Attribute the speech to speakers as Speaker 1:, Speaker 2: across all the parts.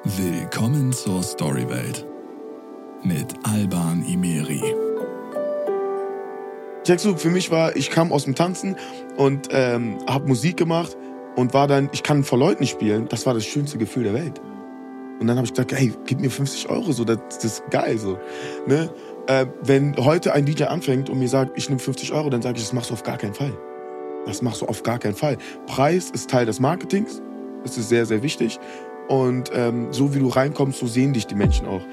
Speaker 1: Willkommen zur Storywelt mit Alban Imeri.
Speaker 2: Checkst du, für mich war, ich kam aus dem Tanzen und habe Musik gemacht und war dann, ich kann vor Leuten spielen. Das war das schönste Gefühl der Welt. Und dann habe ich gesagt, hey, gib mir 50 Euro, so, das ist geil. So, ne? Wenn heute ein DJ anfängt und mir sagt, ich nehme 50 Euro, dann sage ich, das machst du auf gar keinen Fall. Das machst du auf gar keinen Fall. Preis ist Teil des Marketings. Das ist sehr, sehr wichtig. Und so wie du reinkommst, so sehen dich die Menschen auch.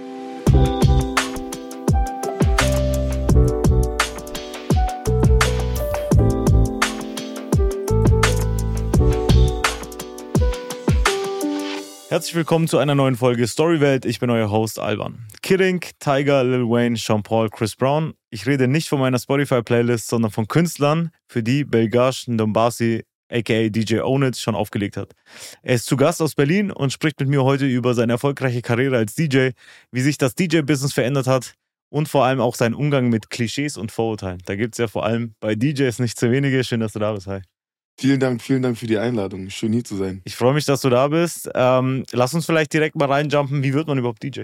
Speaker 3: Herzlich willkommen zu einer neuen Folge Storywelt. Ich bin euer Host Alban. Kid Ink, Tyga, Lil Wayne, Sean Paul, Chris Brown. Ich rede nicht von meiner Spotify-Playlist, sondern von Künstlern, für die Belgash Ndombasi aka DJ Own It schon aufgelegt hat. Er ist zu Gast aus Berlin und spricht mit mir heute über seine erfolgreiche Karriere als DJ, wie sich das DJ-Business verändert hat und vor allem auch seinen Umgang mit Klischees und Vorurteilen. Da gibt es ja vor allem bei DJs nicht zu wenige. Schön, dass du da bist. Hi.
Speaker 2: Vielen Dank für die Einladung. Schön hier zu sein.
Speaker 3: Ich freue mich, dass du da bist. Lass uns vielleicht direkt mal reinjumpen. Wie wird man überhaupt DJ?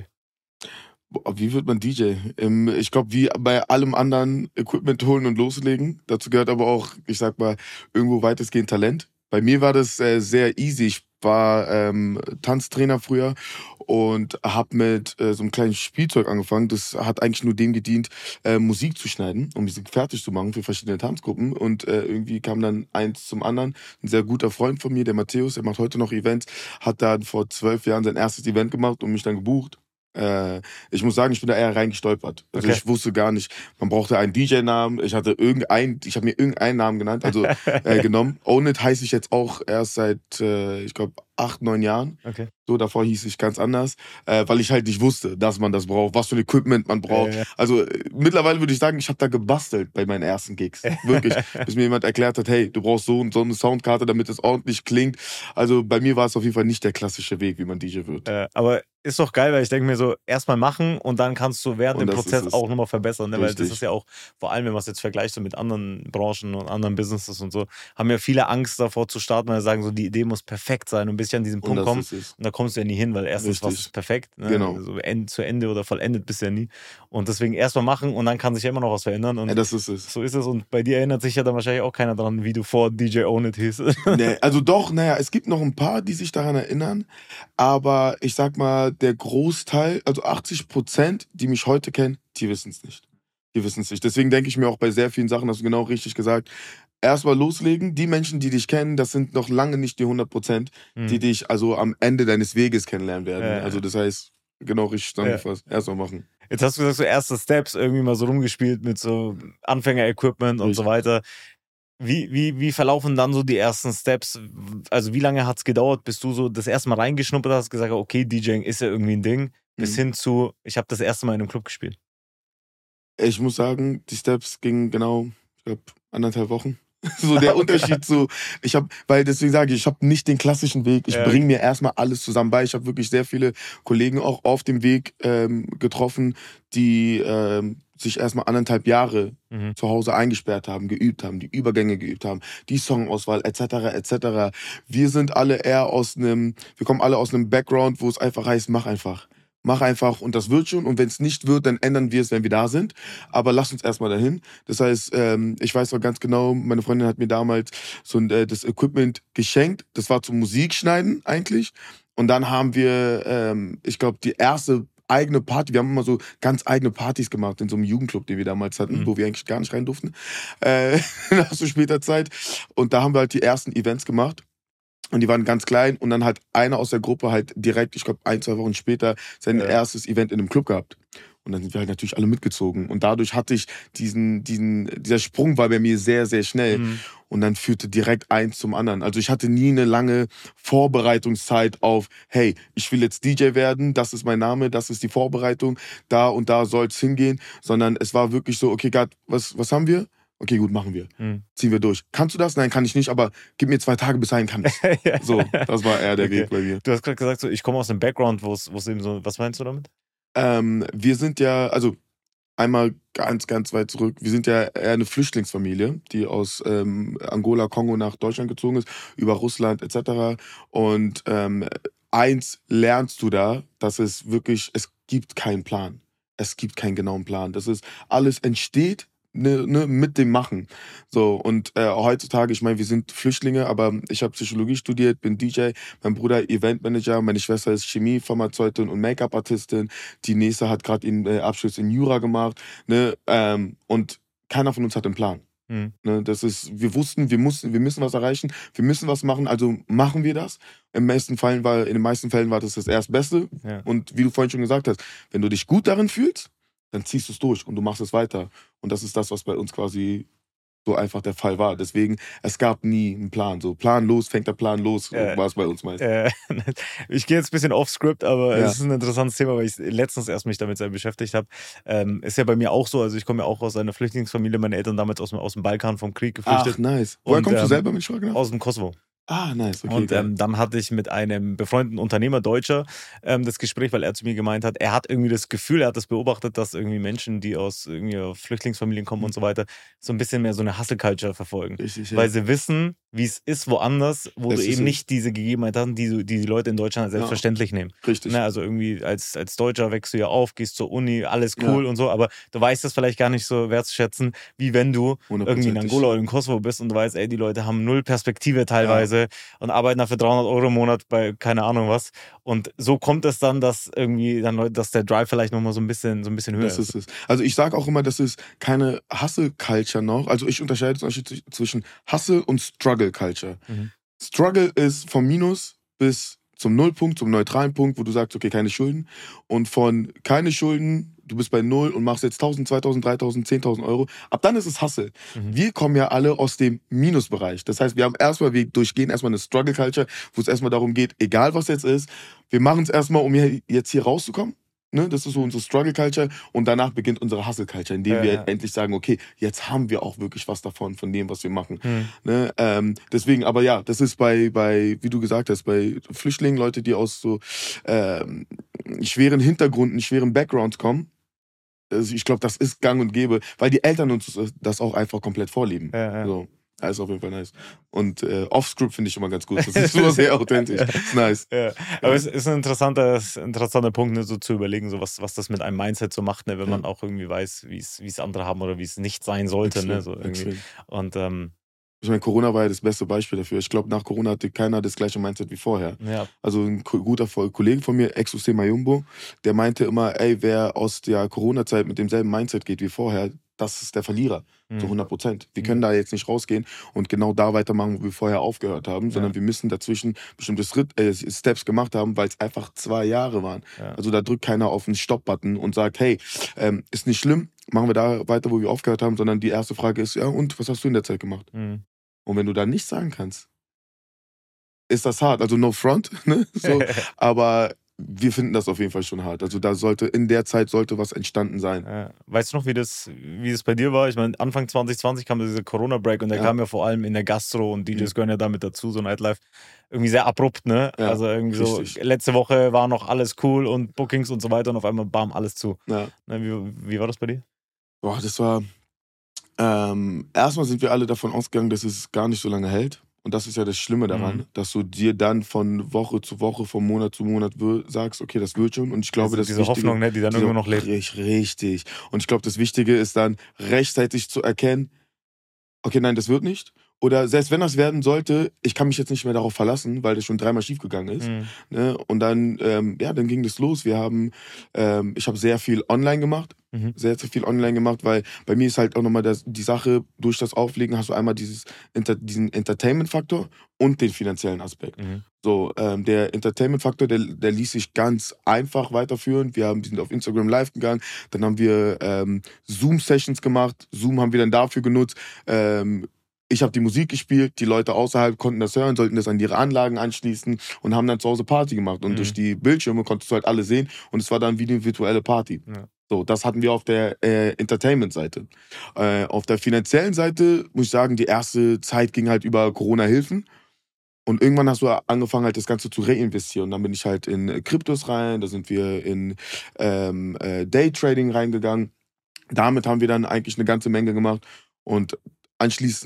Speaker 2: Wie wird man DJ? Ich glaube, wie bei allem anderen, Equipment holen und loslegen. Dazu gehört aber auch, ich sag mal, irgendwo weitestgehend Talent. Bei mir war das sehr easy. Ich war Tanztrainer früher und habe mit so einem kleinen Spielzeug angefangen. Das hat eigentlich nur dem gedient, Musik zu schneiden, um Musik fertig zu machen für verschiedene Tanzgruppen. Und irgendwie kam dann eins zum anderen. Ein sehr guter Freund von mir, der Matthäus, der macht heute noch Events, hat dann vor 12 Jahren sein erstes Event gemacht und mich dann gebucht. Ich muss sagen, ich bin da eher reingestolpert. Also Ich wusste gar nicht, man brauchte einen DJ-Namen. Ich habe mir irgendeinen Namen genannt, also genommen. Own It heiße ich jetzt auch erst seit, ich glaube, 8, 9 Jahren. Okay. So, davor hieß ich ganz anders, weil ich halt nicht wusste, dass man das braucht, was für ein Equipment man braucht. Ja. Also mittlerweile würde ich sagen, ich habe da gebastelt bei meinen ersten Gigs. Wirklich. Bis mir jemand erklärt hat, hey, du brauchst so und so eine Soundkarte, damit es ordentlich klingt. Also bei mir war es auf jeden Fall nicht der klassische Weg, wie man DJ wird.
Speaker 3: Aber ist doch geil, weil ich denke mir so, erstmal machen und dann kannst du während dem Prozess auch nochmal verbessern. Ne? Weil das ist ja auch, vor allem wenn man es jetzt vergleicht so mit anderen Branchen und anderen Businesses und so, haben ja viele Angst davor zu starten, weil sie sagen so, die Idee muss perfekt sein und bis ich an diesen Punkt komme. Und da kommst du ja nie hin, weil erstens, was ist perfekt? Ne?
Speaker 2: Genau.
Speaker 3: Also zu Ende oder vollendet bist du ja nie. Und deswegen erstmal machen und dann kann sich ja immer noch was verändern. Und
Speaker 2: das ist es.
Speaker 3: So ist es. Und bei dir erinnert sich ja dann wahrscheinlich auch keiner dran, wie du vor DJ Own It hieß.
Speaker 2: Nee, also doch, es gibt noch ein paar, die sich daran erinnern. Aber ich sag mal, der Großteil, also 80%, die mich heute kennen, die wissen es nicht. Deswegen denke ich mir auch bei sehr vielen Sachen, hast du genau richtig gesagt, erstmal loslegen. Die Menschen, die dich kennen, das sind noch lange nicht die 100%, die dich also am Ende deines Weges kennenlernen werden. Ja. Also das heißt, genau richtig zusammengefasst. Ja. Erstmal machen.
Speaker 3: Jetzt hast du gesagt, so erste Steps, irgendwie mal so rumgespielt mit so Anfänger-Equipment und so weiter. Wie verlaufen dann so die ersten Steps? Also wie lange hat es gedauert, bis du so das erste Mal reingeschnuppert hast, gesagt hast, okay, DJing ist ja irgendwie ein Ding, bis hin zu, ich habe das erste Mal in einem Club gespielt?
Speaker 2: Ich muss sagen, die Steps gingen genau, ich glaube, 1,5 Wochen. So der Unterschied zu, weil deswegen sage ich habe nicht den klassischen Weg. Ich bringe mir erstmal alles zusammen bei. Ich habe wirklich sehr viele Kollegen auch auf dem Weg getroffen, die sich erstmal 1,5 Jahre zu Hause eingesperrt haben, geübt haben, die Übergänge geübt haben, die Songauswahl etc. Wir kommen alle aus einem Background, wo es einfach heißt, mach einfach und das wird schon. Und wenn es nicht wird, dann ändern wir es, wenn wir da sind. Aber lass uns erstmal dahin. Das heißt, ich weiß noch ganz genau, meine Freundin hat mir damals das Equipment geschenkt. Das war zum Musikschneiden eigentlich. Und dann haben wir, ich glaube, die erste eigene Party. Wir haben immer so ganz eigene Partys gemacht in so einem Jugendclub, den wir damals hatten, wo wir eigentlich gar nicht rein durften. Nach so später Zeit. Und da haben wir halt die ersten Events gemacht. Und die waren ganz klein und dann hat einer aus der Gruppe halt direkt, ich glaube 1, 2 Wochen später, sein erstes Event in einem Club gehabt. Und dann sind wir halt natürlich alle mitgezogen. Und dadurch hatte ich dieser Sprung war bei mir sehr, sehr schnell. Und dann führte direkt eins zum anderen. Also ich hatte nie eine lange Vorbereitungszeit auf, hey, ich will jetzt DJ werden, das ist mein Name, das ist die Vorbereitung, da und da soll es hingehen. Sondern es war wirklich so, okay, Gott, was haben wir? Okay, gut, machen wir. Ziehen wir durch. Kannst du das? Nein, kann ich nicht, aber gib mir 2 Tage, bis dahin kann ich. So, das war eher der Weg bei mir.
Speaker 3: Du hast gerade gesagt, so, ich komme aus einem Background, wo es eben so, was meinst du damit?
Speaker 2: Wir sind ja, also einmal ganz, ganz weit zurück, wir sind ja eher eine Flüchtlingsfamilie, die aus Angola, Kongo nach Deutschland gezogen ist, über Russland etc. Und eins lernst du da, dass es gibt keinen Plan. Es gibt keinen genauen Plan. Das ist, alles entsteht mit dem Machen. So, und heutzutage, ich meine, wir sind Flüchtlinge, aber ich habe Psychologie studiert, bin DJ, mein Bruder Eventmanager, meine Schwester ist Chemie-Pharmazeutin und Make-up-Artistin, die nächste hat gerade ihren Abschluss in Jura gemacht, ne? Und keiner von uns hat einen Plan. Ne, das ist, wir wussten, wir müssen was erreichen, wir müssen was machen, also machen wir das. In den meisten Fällen war das Erstbeste. Ja. Und wie du vorhin schon gesagt hast, wenn du dich gut darin fühlst, dann ziehst du es durch und du machst es weiter. Und das ist das, was bei uns quasi so einfach der Fall war. Deswegen, es gab nie einen Plan. So, planlos, fängt der Plan los, war es bei uns meistens.
Speaker 3: Ich gehe jetzt ein bisschen off-script, aber es ist ein interessantes Thema, weil ich letztens erst mich damit sehr beschäftigt habe. Ist ja bei mir auch so, also ich komme ja auch aus einer Flüchtlingsfamilie, meine Eltern damals aus dem Balkan vom Krieg geflüchtet.
Speaker 2: Ach, nice. Woher kommst du selber mit Schwager?
Speaker 3: Aus dem Kosovo.
Speaker 2: Ah, nice. Okay,
Speaker 3: und dann hatte ich mit einem befreundeten Unternehmer, Deutscher, das Gespräch, weil er zu mir gemeint hat, er hat irgendwie das Gefühl, er hat das beobachtet, dass irgendwie Menschen, die aus irgendwie Flüchtlingsfamilien kommen und so weiter, so ein bisschen mehr so eine Hustle-Culture verfolgen. Richtig, weil sie wissen, wie es ist woanders, wo das du eben nicht diese Gegebenheit hast, die Leute in Deutschland als selbstverständlich nehmen.
Speaker 2: Richtig.
Speaker 3: Also irgendwie als Deutscher wächst du ja auf, gehst zur Uni, alles cool und so, aber du weißt das vielleicht gar nicht so wertzuschätzen, wie wenn du irgendwie in Angola oder im Kosovo bist und du weißt, ey, die Leute haben null Perspektive teilweise und arbeiten dafür 300 € im Monat bei keine Ahnung was. Und so kommt es dann, dass irgendwie dass der Drive vielleicht nochmal so ein bisschen höher ist.
Speaker 2: Das ist es. Also ich sage auch immer, das ist keine Hustle-Culture noch. Also ich unterscheide zwischen Hustle und Struggle-Culture. Struggle ist vom Minus bis zum Nullpunkt, zum neutralen Punkt, wo du sagst, okay, keine Schulden. Und von keine Schulden, du bist bei 0 und machst jetzt 1.000, 2.000, 3.000, 10.000 €. Ab dann ist es Hustle. Wir kommen ja alle aus dem Minusbereich. Das heißt, wir durchgehen erstmal eine Struggle-Culture, wo es erstmal darum geht, egal was jetzt ist, wir machen es erstmal, um jetzt hier rauszukommen. Ne, das ist so unsere Struggle-Culture und danach beginnt unsere Hustle-Culture, indem wir endlich sagen, okay, jetzt haben wir auch wirklich was davon, von dem, was wir machen. Ne, deswegen, aber ja, das ist bei, wie du gesagt hast, bei Flüchtlingen, Leute, die aus so schweren Hintergründen, schweren Backgrounds kommen, also ich glaube, das ist gang und gäbe, weil die Eltern uns das auch einfach komplett vorleben. So. Das ist auf jeden Fall nice. Und Off-Script finde ich immer ganz gut. Das ist so sehr authentisch. Das ist nice.
Speaker 3: Aber es ist ein interessanter Punkt, ne, so zu überlegen, so was das mit einem Mindset so macht, ne, wenn man auch irgendwie weiß, wie es andere haben oder wie es nicht sein sollte. Ne, so irgendwie. Und
Speaker 2: ich meine, Corona war ja das beste Beispiel dafür. Ich glaube, nach Corona hatte keiner das gleiche Mindset wie vorher. Ja. Also ein guter Kollege von mir, Exosé Mayumbo, der meinte immer, ey, wer aus der Corona-Zeit mit demselben Mindset geht wie vorher, das ist der Verlierer, zu 100%. Wir können da jetzt nicht rausgehen und genau da weitermachen, wo wir vorher aufgehört haben, sondern wir müssen dazwischen bestimmte Steps gemacht haben, weil es einfach 2 Jahre waren. Ja. Also da drückt keiner auf den Stopp-Button und sagt, hey, ist nicht schlimm, machen wir da weiter, wo wir aufgehört haben, sondern die erste Frage ist, ja und, was hast du in der Zeit gemacht? Und wenn du da nichts sagen kannst, ist das hart. Also no front, ne? So, aber wir finden das auf jeden Fall schon hart. Also in der Zeit sollte was entstanden sein.
Speaker 3: Weißt du noch, wie das bei dir war? Ich meine, Anfang 2020 kam dieser Corona-Break und der kam ja vor allem in der Gastro und DJs gehören ja damit dazu, so Nightlife. Irgendwie sehr abrupt, ne? Ja, also irgendwie richtig. So, letzte Woche war noch alles cool und Bookings und so weiter und auf einmal bam, alles zu. Ja. Wie war das bei dir?
Speaker 2: Boah, das war... erstmal sind wir alle davon ausgegangen, dass es gar nicht so lange hält. Und das ist ja das Schlimme daran, dass du dir dann von Woche zu Woche, von Monat zu Monat sagst, okay, das wird schon. Und ich glaube,
Speaker 3: das diese Hoffnung, ne, die dann irgendwo noch lebt.
Speaker 2: Richtig. Und ich glaube, das Wichtige ist dann, rechtzeitig zu erkennen, okay, nein, das wird nicht. Oder selbst wenn das werden sollte, ich kann mich jetzt nicht mehr darauf verlassen, weil das schon 3-mal schiefgegangen ist. Ne? Und dann, dann ging das los. Ich habe sehr viel online gemacht. Sehr, sehr viel online gemacht, weil bei mir ist halt auch nochmal die Sache, durch das Auflegen hast du einmal diesen Entertainment-Faktor und den finanziellen Aspekt. So, der Entertainment-Faktor, der ließ sich ganz einfach weiterführen. Wir sind auf Instagram live gegangen, dann haben wir Zoom-Sessions gemacht. Zoom haben wir dann dafür genutzt. Ich habe die Musik gespielt, die Leute außerhalb konnten das hören, sollten das an ihre Anlagen anschließen und haben dann zu Hause Party gemacht. Und durch die Bildschirme konntest du halt alle sehen und es war dann wie eine virtuelle Party. Ja. So, das hatten wir auf der Entertainment-Seite. Auf der finanziellen Seite, muss ich sagen, die erste Zeit ging halt über Corona-Hilfen. Und irgendwann hast du angefangen, halt das Ganze zu reinvestieren. Und dann bin ich halt in Kryptos rein, da sind wir in Daytrading reingegangen. Damit haben wir dann eigentlich eine ganze Menge gemacht. Und anschließend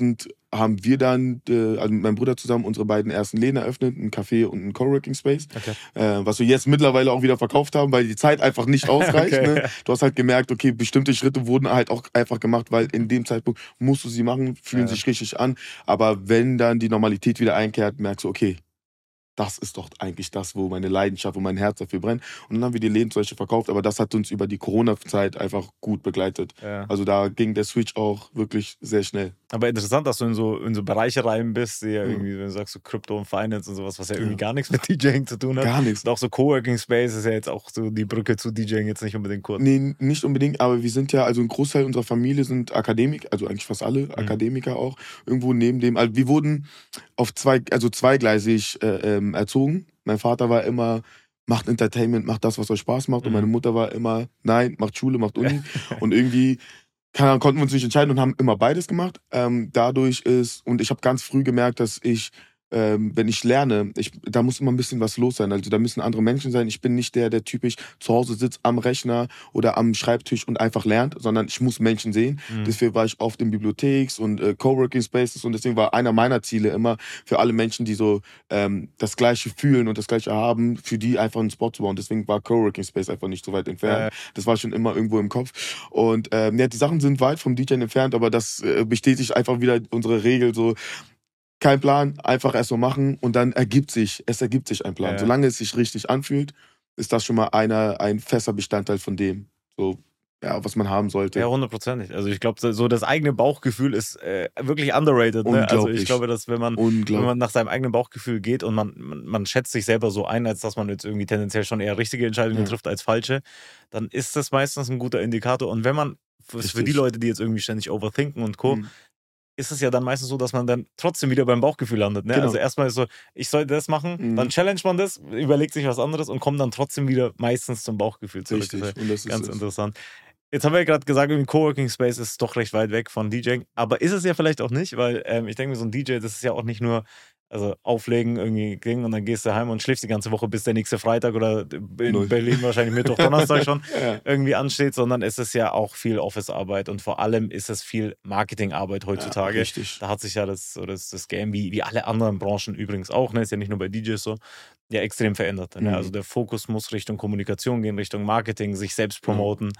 Speaker 2: haben wir dann, also mit meinem Bruder zusammen, unsere beiden ersten Läden eröffnet, ein Café und ein Coworking Space, was wir jetzt mittlerweile auch wieder verkauft haben, weil die Zeit einfach nicht ausreicht.
Speaker 3: Okay.
Speaker 2: Ne? Du hast halt gemerkt, okay, bestimmte Schritte wurden halt auch einfach gemacht, weil in dem Zeitpunkt musst du sie machen, fühlen sich richtig an. Aber wenn dann die Normalität wieder einkehrt, merkst du, okay, das ist doch eigentlich das, wo meine Leidenschaft, wo mein Herz dafür brennt. Und dann haben wir die Läden zum Beispiel verkauft, aber das hat uns über die Corona-Zeit einfach gut begleitet.
Speaker 3: Ja.
Speaker 2: Also da ging der Switch auch wirklich sehr schnell.
Speaker 3: Aber interessant, dass du in so Bereiche rein bist, die ja irgendwie, wenn du sagst, so Crypto und Finance und sowas, was ja irgendwie gar nichts mit DJing zu tun hat.
Speaker 2: Gar nichts.
Speaker 3: Und auch so Coworking Space ist ja jetzt auch so die Brücke zu DJing jetzt nicht unbedingt kurz.
Speaker 2: Nee, nicht unbedingt, aber wir sind ja, also ein Großteil unserer Familie sind Akademiker, also eigentlich fast alle Akademiker auch, irgendwo neben dem, also wir wurden auf zweigleisig erzogen. Mein Vater war immer, macht Entertainment, macht das, was euch Spaß macht. Und meine Mutter war immer, nein, macht Schule, macht Uni. Und irgendwie konnten wir uns nicht entscheiden und haben immer beides gemacht. Dadurch und ich habe ganz früh gemerkt, dass ich, wenn ich lerne, da muss immer ein bisschen was los sein. Also da müssen andere Menschen sein. Ich bin nicht der typisch zu Hause sitzt am Rechner oder am Schreibtisch und einfach lernt, sondern ich muss Menschen sehen. Deswegen war ich oft in Bibliotheks und Coworking Spaces und deswegen war einer meiner Ziele immer für alle Menschen, die so das Gleiche fühlen und das Gleiche haben, für die einfach einen Spot zu bauen. Deswegen war Coworking Space einfach nicht so weit entfernt. Das war schon immer irgendwo im Kopf. Und die Sachen sind weit vom DJing entfernt, aber das bestätigt einfach wieder unsere Regel so, kein Plan, einfach erst so machen und dann ergibt sich ein Plan.
Speaker 3: Ja.
Speaker 2: Solange es sich richtig anfühlt, ist das schon mal ein fester Bestandteil von dem, so, ja, was man haben sollte.
Speaker 3: Ja, 100%. Also ich glaube, so das eigene Bauchgefühl ist wirklich underrated. Ne? Also ich glaube, dass wenn man nach seinem eigenen Bauchgefühl geht und man schätzt sich selber so ein, als dass man jetzt irgendwie tendenziell schon eher richtige Entscheidungen trifft als falsche, dann ist das meistens ein guter Indikator. Und wenn man, für die Leute, die jetzt irgendwie ständig overthinken und Co., ist es ja dann meistens so, dass man dann trotzdem wieder beim Bauchgefühl landet. Ne?
Speaker 2: Genau.
Speaker 3: Also erstmal ist so, ich sollte das machen, dann challenge man das, überlegt sich was anderes und kommt dann trotzdem wieder meistens zum Bauchgefühl zurück.
Speaker 2: Richtig.
Speaker 3: Das ist
Speaker 2: Und das ist
Speaker 3: ganz
Speaker 2: es.
Speaker 3: interessant. Jetzt haben wir ja gerade gesagt, irgendwie Coworking Space ist doch recht weit weg von DJing, aber ist es ja vielleicht auch nicht, weil ich denke mir, so ein DJ, das ist ja auch nicht nur auflegen, irgendwie Ding und dann gehst du heim und schläfst die ganze Woche, bis der nächste Freitag oder in Berlin wahrscheinlich Mittwoch, Donnerstag schon irgendwie ansteht, sondern es ist ja auch viel Office-Arbeit und vor allem ist es viel Marketing-Arbeit heutzutage.
Speaker 2: Ja, richtig.
Speaker 3: Da hat sich ja das Game, wie alle anderen Branchen übrigens auch, ne, ist ja nicht nur bei DJs so, ja extrem verändert. Ne? Also der Fokus muss Richtung Kommunikation gehen, Richtung Marketing, sich selbst promoten.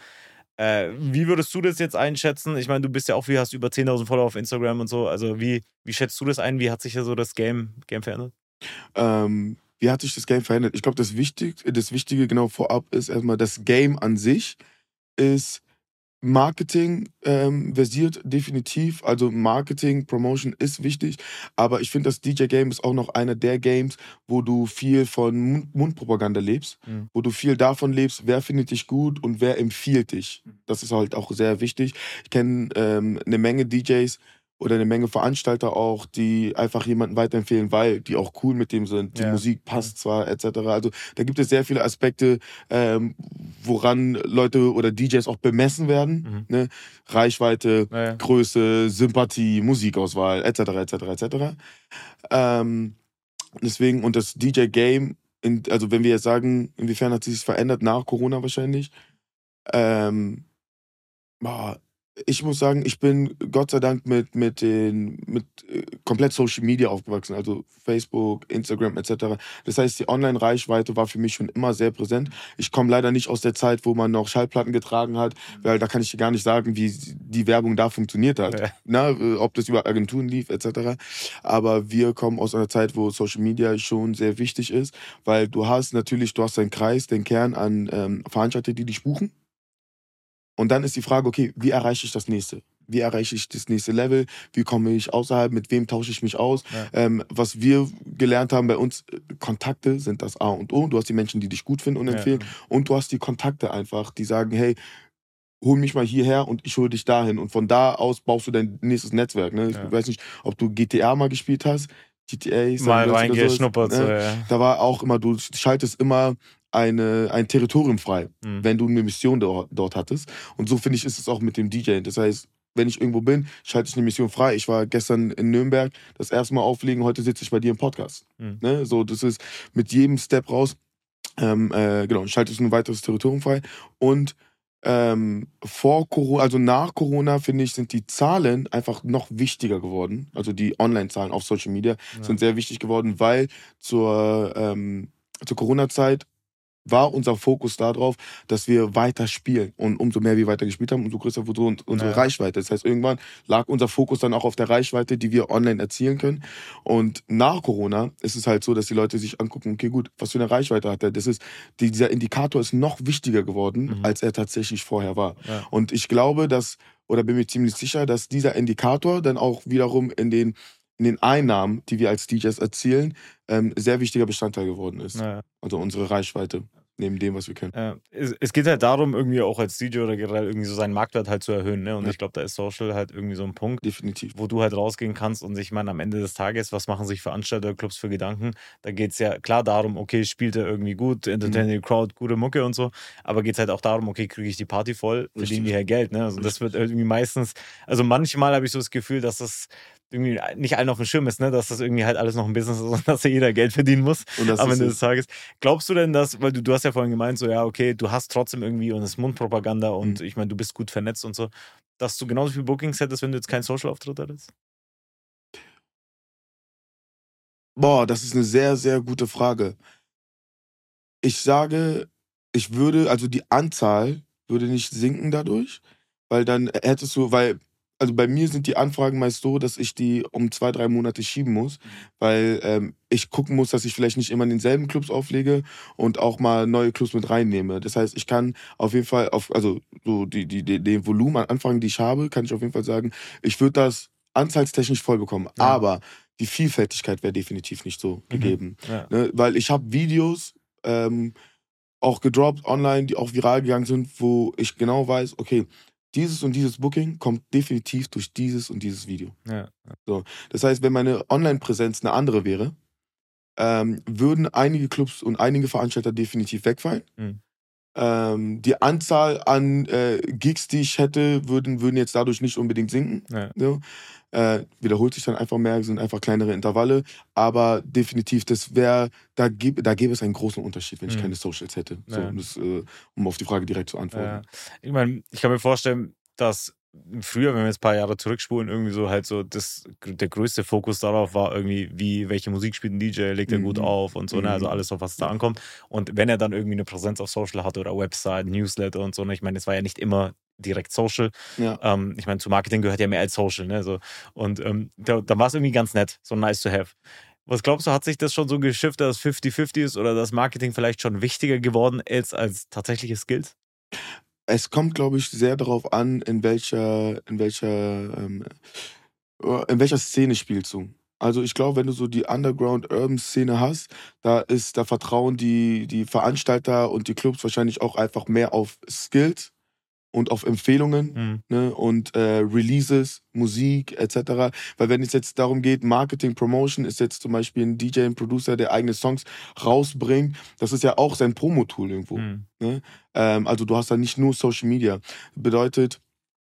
Speaker 3: Wie würdest du das jetzt einschätzen? Ich meine, du bist ja auch, hast über 10.000 Follower auf Instagram und so. Also wie schätzt du das ein? Wie hat sich ja so das Game verändert?
Speaker 2: Wie hat sich das Game verändert? Ich glaube, das Wichtige genau vorab ist erstmal, das Game an sich ist Marketing versiert definitiv, also Marketing, Promotion ist wichtig, aber ich finde, das DJ-Game ist auch noch einer der Games, wo du viel von Mundpropaganda lebst, wo du viel davon lebst, wer findet dich gut und wer empfiehlt dich. Das ist halt auch sehr wichtig. Ich kenne eine Menge DJs oder eine Menge Veranstalter auch, die einfach jemanden weiterempfehlen, weil die auch cool mit dem sind. Die Musik passt zwar, etc. Also da gibt es sehr viele Aspekte, woran Leute oder DJs auch bemessen werden. Ne? Reichweite, Größe, Sympathie, Musikauswahl, etc. Deswegen, und das DJ-Game, also wenn wir jetzt sagen, inwiefern hat sich das verändert nach Corona wahrscheinlich, ich muss sagen, ich bin Gott sei Dank mit komplett Social Media aufgewachsen, also Facebook, Instagram etc. Das heißt, die Online-Reichweite war für mich schon immer sehr präsent. Ich komme leider nicht aus der Zeit, wo man noch Schallplatten getragen hat, weil da kann ich dir gar nicht sagen, wie die Werbung da funktioniert hat. Ja. Na, ob das über Agenturen lief etc. Aber wir kommen aus einer Zeit, wo Social Media schon sehr wichtig ist, weil du hast deinen Kreis, den Kern an Veranstalter, die dich buchen. Und dann ist die Frage, okay, wie erreiche ich das nächste? Wie erreiche ich das nächste Level? Wie komme ich außerhalb? Mit wem tausche ich mich aus? Ja. Was wir gelernt haben bei uns, Kontakte sind das A und O. Du hast die Menschen, die dich gut finden und empfehlen. Und du hast die Kontakte einfach, die sagen, hey, hol mich mal hierher und ich hole dich dahin. Und von da aus baust du dein nächstes Netzwerk. Ne? Ich weiß nicht, ob du GTA mal gespielt hast. GTA.
Speaker 3: Mal reingeschnuppert. So,
Speaker 2: Da war auch immer, du schaltest immer ein Territorium frei, wenn du eine Mission dort hattest. Und so finde ich, ist es auch mit dem DJ. Das heißt, wenn ich irgendwo bin, schalte ich eine Mission frei. Ich war gestern in Nürnberg, das erste Mal auflegen, heute sitze ich bei dir im Podcast. Ne? So, das ist mit jedem Step raus, schaltest du ein weiteres Territorium frei. Und vor Corona, also nach Corona, finde ich, sind die Zahlen einfach noch wichtiger geworden. Also die Online-Zahlen auf Social Media sind sehr wichtig geworden, weil zur Corona-Zeit war unser Fokus darauf, dass wir weiter spielen. Und umso mehr wir weiter gespielt haben, umso größer wurde unsere Reichweite. Das heißt, irgendwann lag unser Fokus dann auch auf der Reichweite, die wir online erzielen können. Und nach Corona ist es halt so, dass die Leute sich angucken, okay, gut, was für eine Reichweite hat er? Dieser Indikator ist noch wichtiger geworden, als er tatsächlich vorher war. Ja. Und ich glaube, oder bin mir ziemlich sicher, dass dieser Indikator dann auch wiederum in den Einnahmen, die wir als DJs erzielen, sehr wichtiger Bestandteil geworden ist. Ja. Also unsere Reichweite, neben dem, was wir können.
Speaker 3: Es geht halt darum, irgendwie auch als DJ oder generell irgendwie so seinen Marktwert halt zu erhöhen. Ne? Und ich glaube, da ist Social halt irgendwie so ein Punkt,
Speaker 2: definitiv,
Speaker 3: wo du halt rausgehen kannst und ich meine, am Ende des Tages, was machen sich Veranstalter, Clubs für Gedanken? Da geht es ja klar darum, okay, spielt er irgendwie gut, entertain die Crowd, gute Mucke und so, aber geht es halt auch darum, okay, kriege ich die Party voll, verdienen die halt Geld. Ne? Also das wird irgendwie meistens, also manchmal habe ich so das Gefühl, dass das irgendwie nicht allen auf dem Schirm ist, ne? Dass das irgendwie halt alles noch ein Business ist und dass ja jeder Geld verdienen muss am Ende des Tages. Glaubst du denn, dass, weil du hast ja vorhin gemeint, so ja, okay, du hast trotzdem irgendwie und es ist Mundpropaganda und ich meine, du bist gut vernetzt und so, dass du genauso viel Bookings hättest, wenn du jetzt keinen Social-Auftritt hättest?
Speaker 2: Boah, das ist eine sehr, sehr gute Frage. Ich sage, also die Anzahl würde nicht sinken dadurch, weil dann hättest du, also bei mir sind die Anfragen meist so, dass ich die um 2-3 Monate schieben muss, weil ich gucken muss, dass ich vielleicht nicht immer in denselben Clubs auflege und auch mal neue Clubs mit reinnehme. Das heißt, ich kann auf jeden Fall, also so den Volumen an Anfragen, die ich habe, kann ich auf jeden Fall sagen, ich würde das anzahlstechnisch voll bekommen. Ja. Aber die Vielfältigkeit wäre definitiv nicht so gegeben. Ja. Ne? Weil ich habe Videos auch gedroppt online, die auch viral gegangen sind, wo ich genau weiß, okay, dieses und dieses Booking kommt definitiv durch dieses und dieses Video. Ja. So. Das heißt, wenn meine Online-Präsenz eine andere wäre, würden einige Clubs und einige Veranstalter definitiv wegfallen. Die Anzahl an Gigs, die ich hätte, würden jetzt dadurch nicht unbedingt sinken. Ja. So. Wiederholt sich dann einfach mehr, sind einfach kleinere Intervalle. Aber definitiv, da gäbe es einen großen Unterschied, wenn ich keine Socials hätte. Ja. So, um auf die Frage direkt zu antworten.
Speaker 3: Ja. Ich meine, ich kann mir vorstellen, dass früher, wenn wir jetzt ein paar Jahre zurückspulen, irgendwie so halt so der größte Fokus darauf war irgendwie, welche Musik spielt ein DJ, legt er gut auf und so, ne? Also alles, auf was da ankommt. Und wenn er dann irgendwie eine Präsenz auf Social hatte oder Website, Newsletter und so, ne? Ich meine, es war ja nicht immer direkt Social. Ja. Ich meine, zu Marketing gehört ja mehr als Social, ne? So. Und da war es irgendwie ganz nett, so nice to have. Was glaubst du, hat sich das schon so geschifft, dass es 50-50 ist oder das Marketing vielleicht schon wichtiger geworden ist als tatsächliche Skills?
Speaker 2: Es kommt, glaube ich, sehr darauf an, in welcher Szene spielst du. Also ich glaube, wenn du so die Underground-Urban-Szene hast, da vertrauen die Veranstalter und die Clubs wahrscheinlich auch einfach mehr auf Skills und auf Empfehlungen, ne, und Releases, Musik etc. Weil wenn es jetzt darum geht, Marketing, Promotion, ist jetzt zum Beispiel ein DJ, ein Producer, der eigene Songs rausbringt, das ist ja auch sein Promo-Tool irgendwo. Ne? Also du hast da nicht nur Social Media. Bedeutet,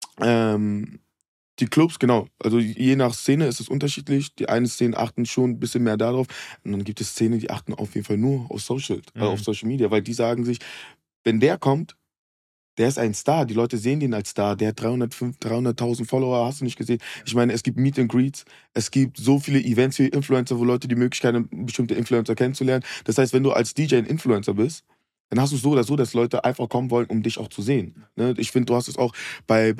Speaker 2: die Clubs, genau, also je nach Szene ist es unterschiedlich. Die eine Szene achten schon ein bisschen mehr darauf und dann gibt es Szenen, die achten auf jeden Fall nur auf Social Media, weil die sagen sich, wenn der kommt, der ist ein Star, die Leute sehen den als Star, der hat 300.000 Follower, hast du nicht gesehen? Ich meine, es gibt Meet and Greets, es gibt so viele Events für Influencer, wo Leute die Möglichkeit haben, bestimmte Influencer kennenzulernen. Das heißt, wenn du als DJ ein Influencer bist, dann hast du es so oder so, dass Leute einfach kommen wollen, um dich auch zu sehen. Ne? Ich finde, du hast es auch bei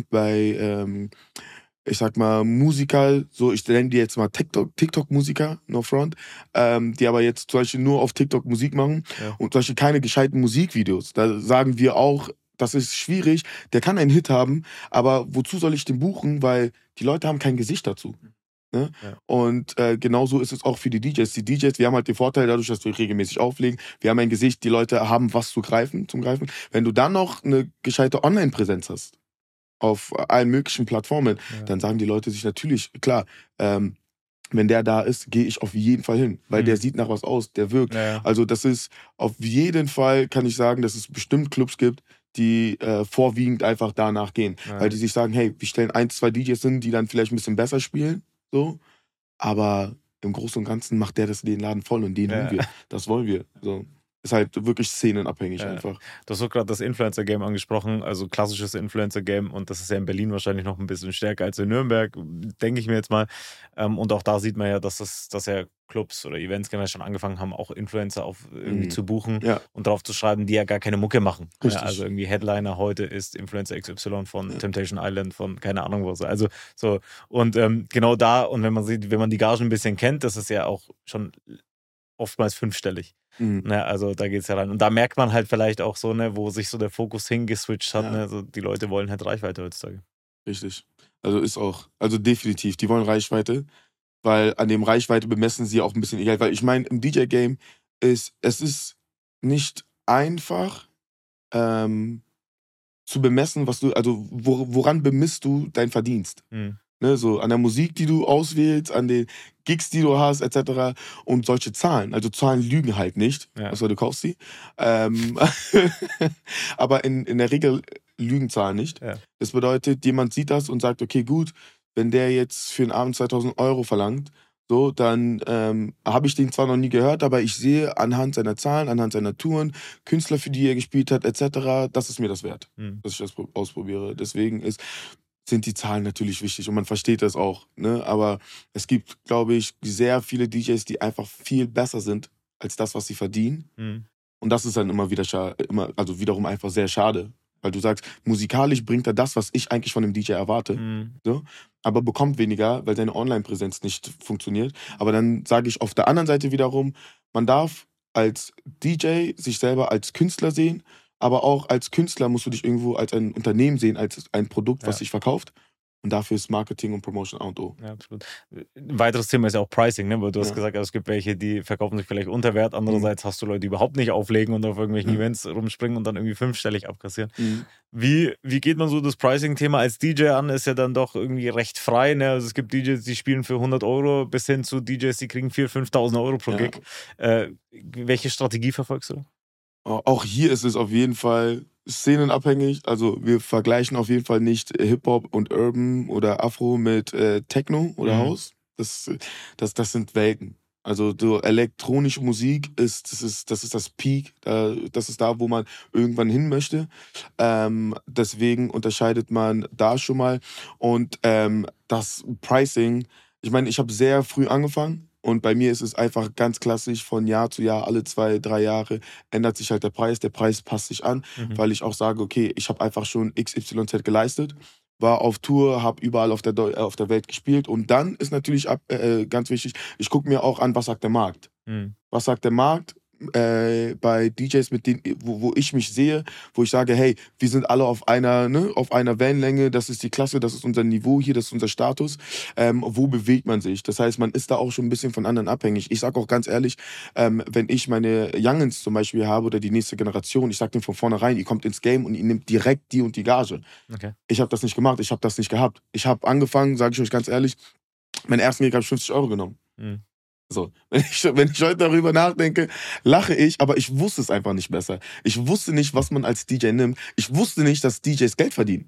Speaker 2: ich sag mal, Musiker, so ich nenne die jetzt mal TikTok-Musiker, no front, die aber jetzt zum Beispiel nur auf TikTok Musik machen und zum Beispiel keine gescheiten Musikvideos. Da sagen wir auch, das ist schwierig, der kann einen Hit haben, aber wozu soll ich den buchen, weil die Leute haben kein Gesicht dazu. Ne? Ja. Und genauso ist es auch für die DJs. Die DJs, wir haben halt den Vorteil dadurch, dass wir regelmäßig auflegen, wir haben ein Gesicht, die Leute haben was zum Greifen. Wenn du dann noch eine gescheite Online-Präsenz hast, auf allen möglichen Plattformen, dann sagen die Leute sich natürlich, klar, wenn der da ist, gehe ich auf jeden Fall hin, weil der sieht nach was aus, der wirkt. Ja. Also das ist auf jeden Fall, kann ich sagen, dass es bestimmt Clubs gibt, die vorwiegend einfach danach gehen. Ja. Weil die sich sagen, hey, wir stellen 1-2 DJs hin, die dann vielleicht ein bisschen besser spielen, so, aber im Großen und Ganzen macht der den Laden voll und den wollen wir. Das wollen wir. So. Ist halt wirklich szenenabhängig einfach.
Speaker 3: Du hast auch gerade das Influencer-Game angesprochen, also klassisches Influencer-Game, und das ist ja in Berlin wahrscheinlich noch ein bisschen stärker als in Nürnberg, denke ich mir jetzt mal. Und auch da sieht man ja, dass ja Clubs oder Events generell schon angefangen haben, auch Influencer irgendwie zu buchen und drauf zu schreiben, die ja gar keine Mucke machen.
Speaker 2: Richtig.
Speaker 3: Ja, also irgendwie Headliner heute ist Influencer XY von Temptation Island, von keine Ahnung was. Also so, und genau da, und wenn man die Gagen ein bisschen kennt, das ist ja auch schon oftmals 5-stellig. Ne, also da geht es ja rein. Und da merkt man halt vielleicht auch so, ne, wo sich so der Fokus hingeswitcht hat. Ne, so die Leute wollen halt Reichweite heutzutage.
Speaker 2: Richtig. Also definitiv, die wollen Reichweite, weil an dem Reichweite bemessen sie auch ein bisschen ihr Geld. Weil ich meine, im DJ-Game es ist nicht einfach zu bemessen, woran bemisst du dein Verdienst? Ne, so an der Musik, die du auswählst, an den Gigs, die du hast, etc. Und solche Zahlen. Also Zahlen lügen halt nicht, außer du kaufst sie. Aber in der Regel lügen Zahlen nicht. Ja. Das bedeutet, jemand sieht das und sagt, okay, gut, wenn der jetzt für einen Abend 2.000 Euro verlangt, so, dann habe ich den zwar noch nie gehört, aber ich sehe anhand seiner Zahlen, anhand seiner Touren, Künstler, für die er gespielt hat, etc., das ist mir das wert, dass ich das ausprobiere. Deswegen sind die Zahlen natürlich wichtig und man versteht das auch. Ne? Aber es gibt, glaube ich, sehr viele DJs, die einfach viel besser sind als das, was sie verdienen. Und das ist dann immer wiederum einfach sehr schade. Weil du sagst, musikalisch bringt er das, was ich eigentlich von einem DJ erwarte. So, aber bekommt weniger, weil seine Online-Präsenz nicht funktioniert. Aber dann sage ich auf der anderen Seite wiederum, man darf als DJ sich selber als Künstler sehen, aber auch als Künstler musst du dich irgendwo als ein Unternehmen sehen, als ein Produkt, was sich verkauft. Und dafür ist Marketing und Promotion A und O.
Speaker 3: Ja, absolut. Ein weiteres Thema ist ja auch Pricing, ne? Weil du hast gesagt, es gibt welche, die verkaufen sich vielleicht unter Wert. Andererseits hast du Leute, die überhaupt nicht auflegen und auf irgendwelchen Events rumspringen und dann irgendwie 5-stellig abkassieren. Wie geht man so das Pricing-Thema als DJ an? Ist ja dann doch irgendwie recht frei. Ne? Also es gibt DJs, die spielen für 100 Euro bis hin zu DJs, die kriegen 4.000, 5.000 Euro pro Gig. Welche Strategie verfolgst du?
Speaker 2: Auch hier ist es auf jeden Fall szenenabhängig. Also wir vergleichen auf jeden Fall nicht Hip-Hop und Urban oder Afro mit Techno oder House. Das sind Welten. Also so elektronische Musik das ist das Peak. Das ist da, wo man irgendwann hin möchte. Deswegen unterscheidet man da schon mal. Und das Pricing, ich meine, ich habe sehr früh angefangen. Und bei mir ist es einfach ganz klassisch, von Jahr zu Jahr, alle 2, 3 Jahre ändert sich halt der Preis. Der Preis passt sich an, weil ich auch sage, okay, ich habe einfach schon XYZ geleistet, war auf Tour, habe überall auf der Welt gespielt. Und dann ist natürlich ganz wichtig, ich gucke mir auch an, was sagt der Markt. Was sagt der Markt? Bei DJs, mit denen, wo ich mich sehe, wo ich sage, hey, wir sind alle auf einer Wellenlänge, das ist die Klasse, das ist unser Niveau hier, das ist unser Status. Wo bewegt man sich? Das heißt, man ist da auch schon ein bisschen von anderen abhängig. Ich sage auch ganz ehrlich, wenn ich meine Youngins zum Beispiel habe oder die nächste Generation, ich sage denen von vornherein, ihr kommt ins Game und ihr nehmt direkt die und die Gage. Okay. Ich habe das nicht gemacht, ich habe das nicht gehabt. Ich habe angefangen, sage ich euch ganz ehrlich, meinen ersten Gig habe ich 50 Euro genommen. So, wenn ich heute darüber nachdenke, lache ich, aber ich wusste es einfach nicht besser. Ich wusste nicht, was man als DJ nimmt. Ich wusste nicht, dass DJs Geld verdienen.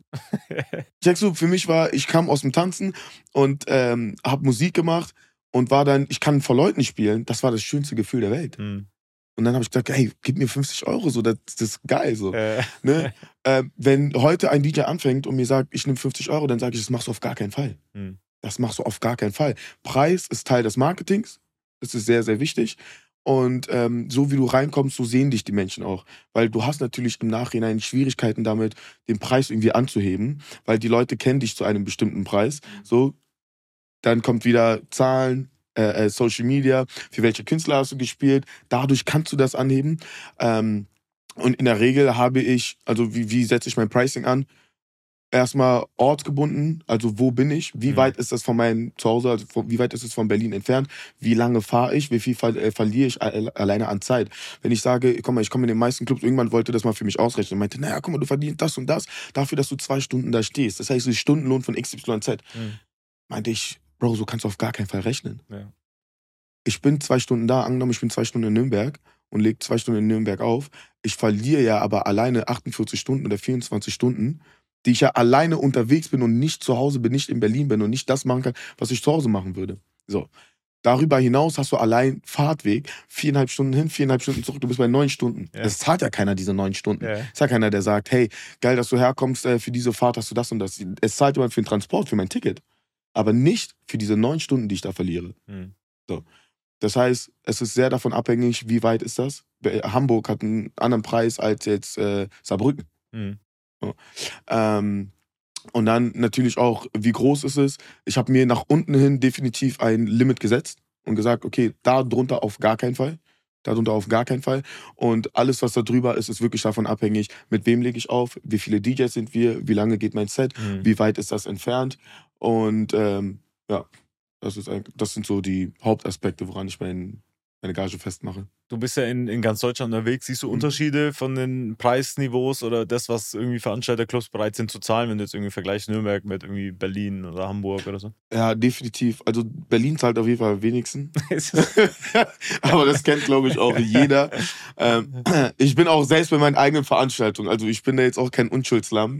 Speaker 2: Für mich ich kam aus dem Tanzen und habe Musik gemacht und war dann, ich kann vor Leuten spielen. Das war das schönste Gefühl der Welt. Und dann habe ich gesagt, hey, gib mir 50 Euro, so, das ist geil. So. Ne? Wenn heute ein DJ anfängt und mir sagt, ich nehme 50 Euro, dann sage ich, das machst du auf gar keinen Fall. Das machst du auf gar keinen Fall. Preis ist Teil des Marketings. Das ist sehr, sehr wichtig. Und so wie du reinkommst, so sehen dich die Menschen auch. Weil du hast natürlich im Nachhinein Schwierigkeiten damit, den Preis irgendwie anzuheben, weil die Leute kennen dich zu einem bestimmten Preis. So, dann kommt wieder Zahlen, Social Media, für welche Künstler hast du gespielt. Dadurch kannst du das anheben. Und in der Regel habe ich, also wie setze ich mein Pricing an? Erstmal ortsgebunden, also wo bin ich, wie weit ist das von meinem Zuhause, also wie weit ist es von Berlin entfernt, wie lange fahre ich, wie viel verliere ich alleine an Zeit. Wenn ich sage, guck mal, ich komme in den meisten Clubs, irgendwann wollte das mal für mich ausrechnen und meinte, naja, guck mal, du verdienst das und das, dafür, dass du 2 Stunden da stehst. Das heißt, das ist Stundenlohn von XYZ. Meinte ich, Bro, so kannst du auf gar keinen Fall rechnen. Ja. Ich bin 2 Stunden da, angenommen, ich bin 2 Stunden in Nürnberg und lege 2 Stunden in Nürnberg auf. Ich verliere ja aber alleine 48 Stunden oder 24 Stunden, die ich ja alleine unterwegs bin und nicht zu Hause bin, nicht in Berlin bin und nicht das machen kann, was ich zu Hause machen würde. So, Darüber hinaus hast du allein Fahrtweg, 4,5 Stunden hin, 4,5 Stunden zurück, du bist bei 9 Stunden.
Speaker 3: Ja.
Speaker 2: Es zahlt ja keiner diese 9 Stunden.
Speaker 3: Ja.
Speaker 2: Es ist ja keiner, der sagt, hey, geil, dass du herkommst, für diese Fahrt hast du das und das. Es zahlt jemand für den Transport, für mein Ticket. Aber nicht für diese 9 Stunden, die ich da verliere. So. Das heißt, es ist sehr davon abhängig, wie weit ist das. Hamburg hat einen anderen Preis als jetzt Saarbrücken. So. Und dann natürlich auch, wie groß ist es. Ich habe mir nach unten hin definitiv ein Limit gesetzt und gesagt, okay, da drunter auf gar keinen Fall. Darunter auf gar keinen Fall. Und alles, was da drüber ist, ist wirklich davon abhängig, mit wem lege ich auf, wie viele DJs sind wir, wie lange geht mein Set, wie weit ist das entfernt. Und ja, das sind so die Hauptaspekte, woran ich meine Gage festmache.
Speaker 3: Du bist ja in ganz Deutschland unterwegs. Siehst du Unterschiede von den Preisniveaus oder das, was irgendwie Veranstalterclubs bereit sind zu zahlen, wenn du jetzt irgendwie vergleichst Nürnberg mit irgendwie Berlin oder Hamburg oder so?
Speaker 2: Ja, definitiv. Also Berlin zahlt auf jeden Fall am wenigsten. Aber das kennt, glaube ich, auch jeder. Ich bin auch selbst bei meinen eigenen Veranstaltungen. Also ich bin da jetzt auch kein Unschuldslamm.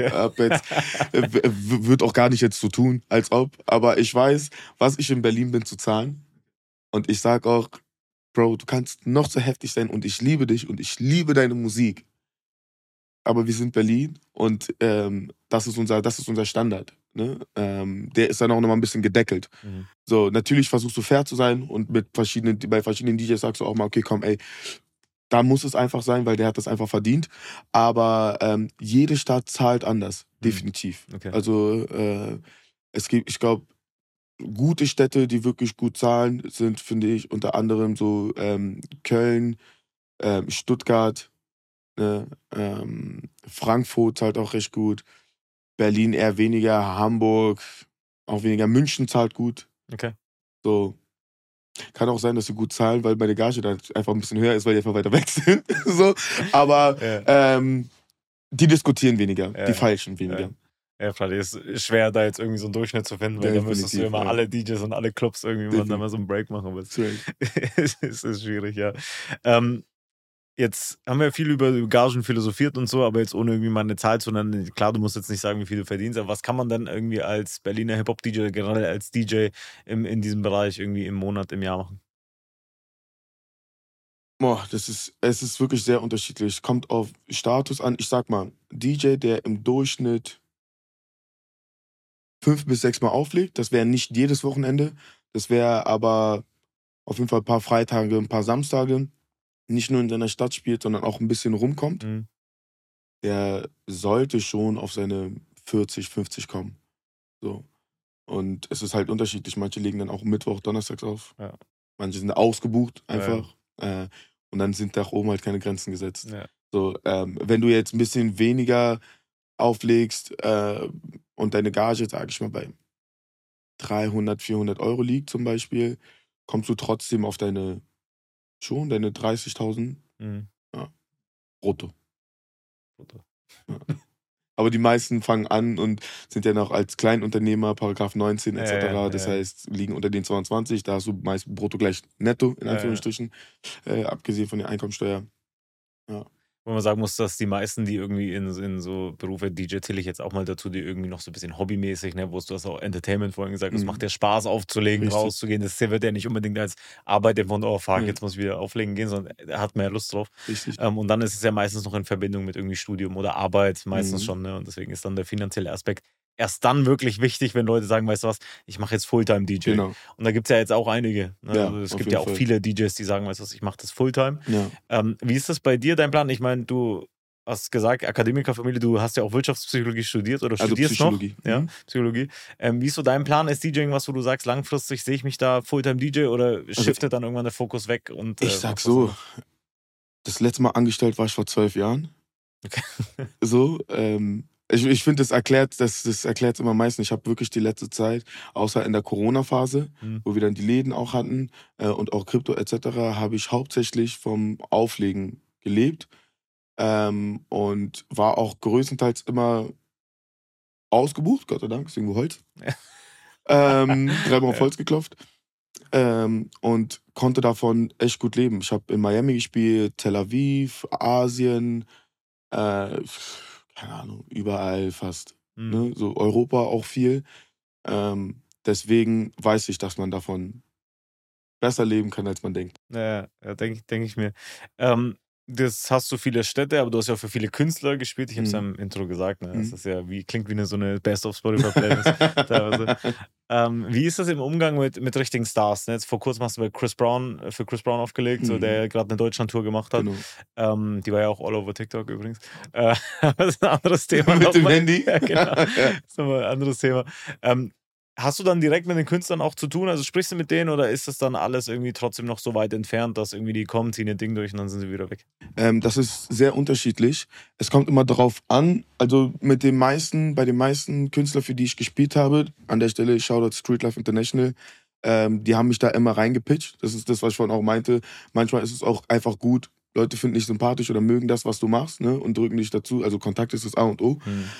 Speaker 2: Wird auch gar nicht jetzt so tun, als ob. Aber ich weiß, was ich in Berlin bin zu zahlen. Und ich sag auch, Bro, du kannst noch so heftig sein und ich liebe dich und ich liebe deine Musik. Aber wir sind Berlin und das ist unser Standard. Ne? Der ist dann auch nochmal ein bisschen gedeckelt. So, natürlich versuchst du fair zu sein und bei verschiedenen DJs sagst du auch mal, okay, komm, ey, da muss es einfach sein, weil der hat das einfach verdient. Aber jede Stadt zahlt anders, definitiv.
Speaker 3: Okay.
Speaker 2: Also ich glaube, gute Städte, die wirklich gut zahlen, sind, finde ich, unter anderem so Köln, Stuttgart, Frankfurt zahlt auch recht gut, Berlin eher weniger, Hamburg auch weniger, München zahlt gut.
Speaker 3: Okay.
Speaker 2: So. Kann auch sein, dass sie gut zahlen, weil meine Gage dann einfach ein bisschen höher ist, weil die einfach weiter weg sind. So. Aber die diskutieren weniger, die feilschen weniger.
Speaker 3: Ja, vielleicht ist schwer, da jetzt irgendwie so einen Durchschnitt zu finden, weil da müsstest du immer alle DJs und alle Clubs irgendwie mal so einen Break machen. Aber es ist schwierig, ja. Jetzt haben wir viel über Gagen philosophiert und so, aber jetzt ohne irgendwie mal eine Zahl zu nennen. Klar, du musst jetzt nicht sagen, wie viel du verdienst, aber was kann man denn irgendwie als Berliner Hip-Hop-DJ, gerade als DJ in diesem Bereich irgendwie im Monat, im Jahr machen?
Speaker 2: Boah, es ist wirklich sehr unterschiedlich. Kommt auf Status an. Ich sag mal, DJ, der im Durchschnitt 5 bis 6 Mal auflegt, das wäre nicht jedes Wochenende, das wäre aber auf jeden Fall ein paar Freitage, ein paar Samstage, nicht nur in seiner Stadt spielt, sondern auch ein bisschen rumkommt, der sollte schon auf seine 40, 50 kommen. So. Und es ist halt unterschiedlich. Manche legen dann auch Mittwoch, Donnerstags auf.
Speaker 3: Ja.
Speaker 2: Manche sind ausgebucht einfach. Ja. Und dann sind da oben halt keine Grenzen gesetzt.
Speaker 3: Ja.
Speaker 2: So, wenn du jetzt ein bisschen weniger auflegst und deine Gage, sag ich mal, bei 300, 400 Euro liegt zum Beispiel, kommst du trotzdem auf deine 30.000 brutto. Ja. Aber die meisten fangen an und sind ja noch als Kleinunternehmer, Paragraph 19 etc. Das heißt, liegen unter den 22, da hast du meist brutto gleich netto, in Anführungsstrichen, abgesehen von der Einkommensteuer. Ja.
Speaker 3: Wo man sagen muss, dass die meisten, die irgendwie in so Berufe, DJ zähle ich jetzt auch mal dazu, die irgendwie noch so ein bisschen hobbymäßig, ne, wo du hast auch Entertainment vorhin gesagt, es macht dir Spaß aufzulegen,
Speaker 2: Richtig.
Speaker 3: rauszugehen. Das wird ja nicht unbedingt als Arbeit empfunden, oh fuck, jetzt muss ich wieder auflegen gehen, sondern er hat mehr Lust drauf.
Speaker 2: Richtig.
Speaker 3: Und dann ist es ja meistens noch in Verbindung mit irgendwie Studium oder Arbeit, meistens schon, ne? Und deswegen ist dann der finanzielle Aspekt erst dann wirklich wichtig, wenn Leute sagen, weißt du was, ich mache jetzt Fulltime-DJ.
Speaker 2: Genau.
Speaker 3: Und da gibt es ja jetzt auch einige. Ne?
Speaker 2: Ja,
Speaker 3: also es
Speaker 2: auf
Speaker 3: gibt
Speaker 2: jeden
Speaker 3: ja auch
Speaker 2: Fall.
Speaker 3: viele DJs, die sagen, weißt du was, ich mache das Fulltime.
Speaker 2: Ja.
Speaker 3: Wie ist das bei dir, dein Plan? Ich meine, du hast gesagt, Akademikerfamilie, du hast ja auch Wirtschaftspsychologie studiert oder studierst
Speaker 2: Psychologie.
Speaker 3: noch. Ja, Psychologie. Wie ist so dein Plan? Ist DJing was, wo du sagst, langfristig sehe ich mich da Fulltime-DJ oder shiftet dann irgendwann der Fokus weg? Und,
Speaker 2: ich sag so, das letzte Mal angestellt war ich vor 12 Jahren.
Speaker 3: Okay.
Speaker 2: So, ich finde, das erklärt immer am meisten. Ich habe wirklich die letzte Zeit, außer in der Corona-Phase, wo wir dann die Läden auch hatten und auch Krypto etc., habe ich hauptsächlich vom Auflegen gelebt und war auch größtenteils immer ausgebucht, Gott sei Dank, ist irgendwo Holz. 3-mal auf Holz geklopft. Und konnte davon echt gut leben. Ich habe in Miami gespielt, Tel Aviv, Asien, keine Ahnung, überall fast. Ne? So Europa auch viel. Deswegen weiß ich, dass man davon besser leben kann, als man denkt.
Speaker 3: Ja, denke ich mir. Das hast du viele Städte, aber du hast ja auch für viele Künstler gespielt. Ich habe es ja im Intro gesagt, ne? Das ist ja klingt wie so eine Best-of-Spotify-Playlist teilweise. Wie ist das im Umgang mit richtigen Stars? Ne? Jetzt vor kurzem hast du für Chris Brown aufgelegt, so, der gerade eine Deutschland-Tour gemacht hat.
Speaker 2: Genau.
Speaker 3: Die war ja auch all over TikTok übrigens. Das ist ein anderes Thema.
Speaker 2: Mit dem Handy?
Speaker 3: Ja, genau. Das ist nochmal ein anderes Thema. Hast du dann direkt mit den Künstlern auch zu tun? Also sprichst du mit denen oder ist das dann alles irgendwie trotzdem noch so weit entfernt, dass irgendwie die kommen, ziehen ihr Ding durch und dann sind sie wieder weg?
Speaker 2: Das ist sehr unterschiedlich. Es kommt immer darauf an, also bei den meisten Künstlern, für die ich gespielt habe, an der Stelle Shoutout Street Life International, die haben mich da immer reingepitcht. Das ist das, was ich vorhin auch meinte. Manchmal ist es auch einfach gut, Leute finden dich sympathisch oder mögen das, was du machst, ne, und drücken dich dazu. Also Kontakt ist das A und O.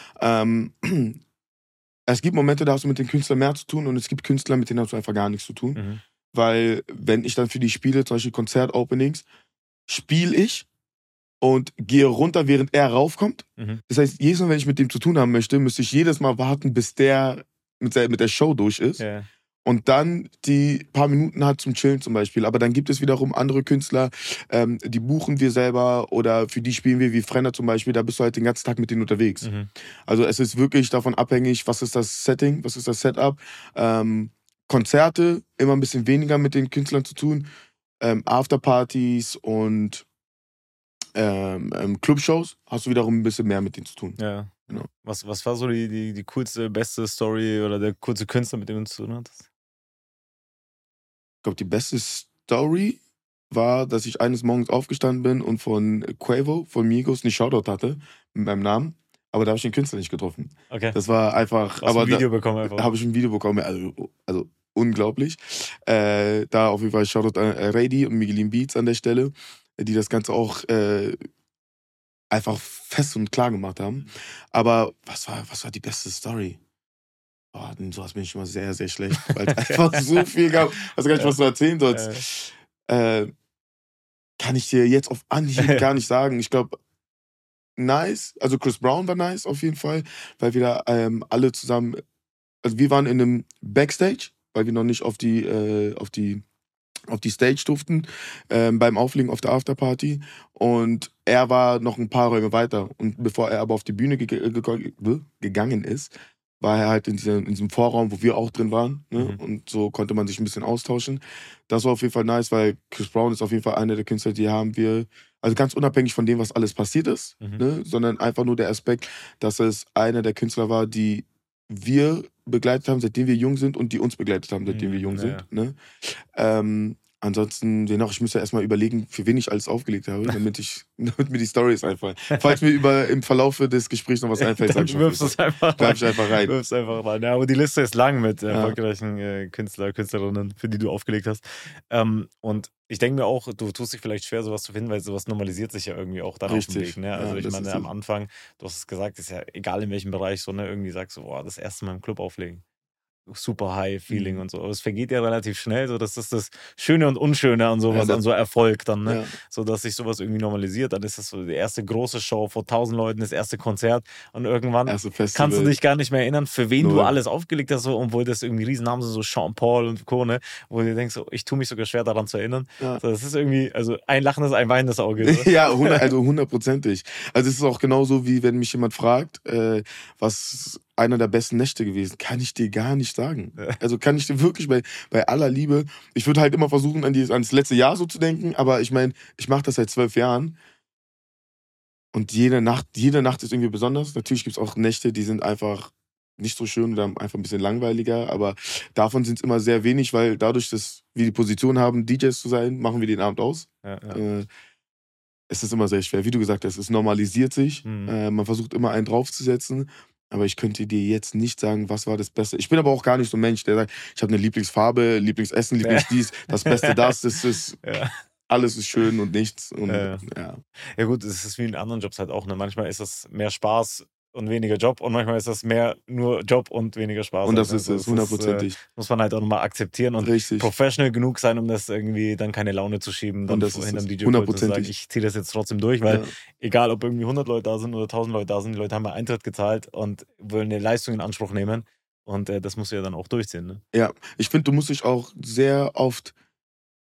Speaker 2: Es gibt Momente, da hast du mit den Künstlern mehr zu tun und es gibt Künstler, mit denen hast du einfach gar nichts zu tun. Weil wenn ich dann für die spiele, zum Beispiel Konzertopenings, spiele ich und gehe runter, während er raufkommt. Das heißt, jedes Mal, wenn ich mit dem zu tun haben möchte, müsste ich jedes Mal warten, bis der mit der Show durch ist.
Speaker 3: Ja.
Speaker 2: Und dann die paar Minuten hat zum Chillen zum Beispiel. Aber dann gibt es wiederum andere Künstler, die buchen wir selber oder für die spielen wir wie Frenner zum Beispiel. Da bist du halt den ganzen Tag mit denen unterwegs. Also es ist wirklich davon abhängig, was ist das Setting, was ist das Setup. Konzerte, immer ein bisschen weniger mit den Künstlern zu tun. Afterpartys und Clubshows hast du wiederum ein bisschen mehr mit denen zu tun.
Speaker 3: Ja.
Speaker 2: Genau.
Speaker 3: Was war so die coolste, beste Story oder der coolste Künstler, mit dem du zu tun hattest?
Speaker 2: Ich glaube, die beste Story war, dass ich eines Morgens aufgestanden bin und von Quavo, von Migos, einen Shoutout hatte mit meinem Namen. Aber da habe ich den Künstler nicht getroffen.
Speaker 3: Okay.
Speaker 2: Das war einfach.
Speaker 3: Hast du ein Video bekommen einfach?
Speaker 2: Habe ich ein Video bekommen, also unglaublich. Da auf jeden Fall Shoutout an Rady und Miguelin Beats an der Stelle, die das Ganze auch einfach fest und klar gemacht haben. Aber was war die beste Story? Oh, sowas bin ich immer sehr, sehr schlecht, weil es einfach so viel gab. Ich weiß gar nicht, was du erzählen sollst. Kann ich dir jetzt auf Anhieb gar nicht sagen. Ich glaube, nice. Also Chris Brown war nice auf jeden Fall, weil wir da alle zusammen, also wir waren in einem Backstage, weil wir noch nicht auf die Stage durften, beim Auflegen auf der Afterparty. Und er war noch ein paar Räume weiter. Und bevor er aber auf die Bühne gegangen ist, war er halt in diesem Vorraum, wo wir auch drin waren. Ne? Und so konnte man sich ein bisschen austauschen. Das war auf jeden Fall nice, weil Chris Brown ist auf jeden Fall einer der Künstler, die haben wir, also ganz unabhängig von dem, was alles passiert ist, ne? Sondern einfach nur der Aspekt, dass es einer der Künstler war, die wir begleitet haben, seitdem wir jung sind und die uns begleitet haben, seitdem wir jung sind. Ne? Ansonsten, ich müsste erstmal überlegen, für wen ich alles aufgelegt habe, damit mir die Storys einfallen. Falls mir im Verlauf des Gesprächs noch was einfällt, sag ich schon.
Speaker 3: Wirfst du es einfach rein.
Speaker 2: Wirfst
Speaker 3: einfach rein. Ja, aber die Liste ist lang mit erfolgreichen Künstlerinnen, für die du aufgelegt hast. Und ich denke mir auch, du tust dich vielleicht schwer, sowas zu finden, weil sowas normalisiert sich ja irgendwie auch dann auf dem Weg. Ne? Also ich meine, am Anfang, du hast es gesagt, ist ja egal in welchem Bereich, so, ne, irgendwie sagst du, boah, das erste Mal im Club auflegen. Super High-Feeling und so. Aber es vergeht ja relativ schnell, so dass das Schöne und Unschöne an sowas, an so Erfolg dann, ne? So dass sich sowas irgendwie normalisiert. Dann ist das so die erste große Show vor 1000 Leuten, das erste Konzert und irgendwann kannst du dich gar nicht mehr erinnern, für wen du alles aufgelegt hast, so, obwohl das irgendwie Riesennamen sind, so Sean Paul und Co., ne? Wo du denkst, so, ich tue mich sogar schwer daran zu erinnern. So, das ist irgendwie, also ein lachendes, ein weinendes Auge. Ne?
Speaker 2: Ja, 100%. Also es ist auch genauso, wie wenn mich jemand fragt, was einer der besten Nächte gewesen, kann ich dir gar nicht sagen. Also kann ich dir wirklich bei aller Liebe, ich würde halt immer versuchen, ans letzte Jahr so zu denken, aber ich meine, ich mache das seit 12 Jahren und jede Nacht ist irgendwie besonders. Natürlich gibt es auch Nächte, die sind einfach nicht so schön oder einfach ein bisschen langweiliger, aber davon sind es immer sehr wenig, weil dadurch, dass wir die Position haben, DJs zu sein, machen wir den Abend aus. Es ist immer sehr schwer. Wie du gesagt hast, es normalisiert sich. Man versucht immer einen draufzusetzen. Aber ich könnte dir jetzt nicht sagen, was war das Beste. Ich bin aber auch gar nicht so ein Mensch, der sagt, ich habe eine Lieblingsfarbe, Lieblingsessen, Lieblingsdies, das Beste das ist alles ist schön und nichts. Und,
Speaker 3: ja gut, es ist wie in anderen Jobs halt auch. Ne? Manchmal ist das mehr Spaß und weniger Job und manchmal ist das mehr nur Job und weniger Spaß.
Speaker 2: Und das ist es, 100%.
Speaker 3: Muss man halt auch nochmal akzeptieren und professional genug sein, um das irgendwie dann keine Laune zu schieben. Dann hinterm DJ-Pult zu sagen, ich ziehe das jetzt trotzdem durch, weil egal, ob irgendwie 100 Leute da sind oder 1000 Leute da sind, die Leute haben mal Eintritt gezahlt und wollen eine Leistung in Anspruch nehmen und das musst du ja dann auch durchziehen. Ne?
Speaker 2: Ja, ich finde, du musst dich auch sehr oft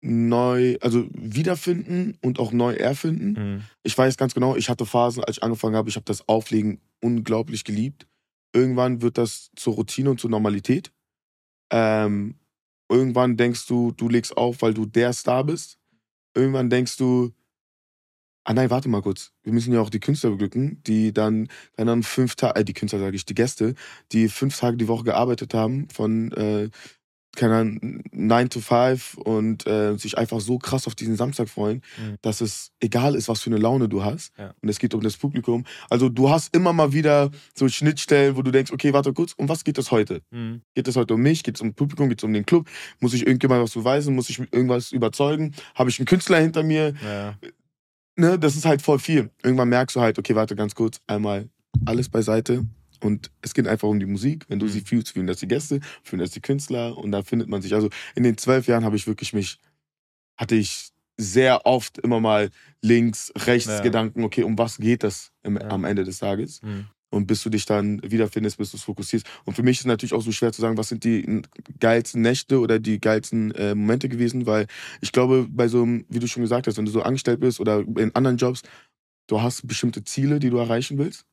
Speaker 2: wiederfinden und auch neu erfinden. Ich weiß ganz genau, ich hatte Phasen, als ich angefangen habe, ich habe das Auflegen unglaublich geliebt. Irgendwann wird das zur Routine und zur Normalität. Irgendwann denkst du, du legst auf, weil du der Star bist. Irgendwann denkst du, nein, warte mal kurz. Wir müssen ja auch die Künstler beglücken, die dann 5 Tage, die Künstler sage ich, die Gäste, die 5 Tage die Woche gearbeitet haben, von, keine Ahnung, 9 to 5 und sich einfach so krass auf diesen Samstag freuen, dass es egal ist, was für eine Laune du hast.
Speaker 3: Ja.
Speaker 2: Und es geht um das Publikum. Also du hast immer mal wieder so Schnittstellen, wo du denkst, okay, warte kurz, um was geht es heute? Geht es heute um mich? Geht es um Publikum? Geht es um den Club? Muss ich irgendjemand was beweisen? Muss ich irgendwas überzeugen? Habe ich einen Künstler hinter mir?
Speaker 3: Ja.
Speaker 2: Ne, das ist halt voll viel. Irgendwann merkst du halt, okay, warte ganz kurz, einmal alles beiseite. Und es geht einfach um die Musik. Wenn du sie fühlst, fühlen das die Gäste, fühlen das die Künstler und dann findet man sich. Also in den 12 Jahren hatte ich sehr oft immer mal links, rechts Gedanken, okay, um was geht das am Ende des Tages? Und bis du dich dann wiederfindest, bis du es fokussierst. Und für mich ist es natürlich auch so schwer zu sagen, was sind die geilsten Nächte oder die geilsten Momente gewesen, weil ich glaube, bei so einem, wie du schon gesagt hast, wenn du so angestellt bist oder in anderen Jobs, du hast bestimmte Ziele, die du erreichen willst.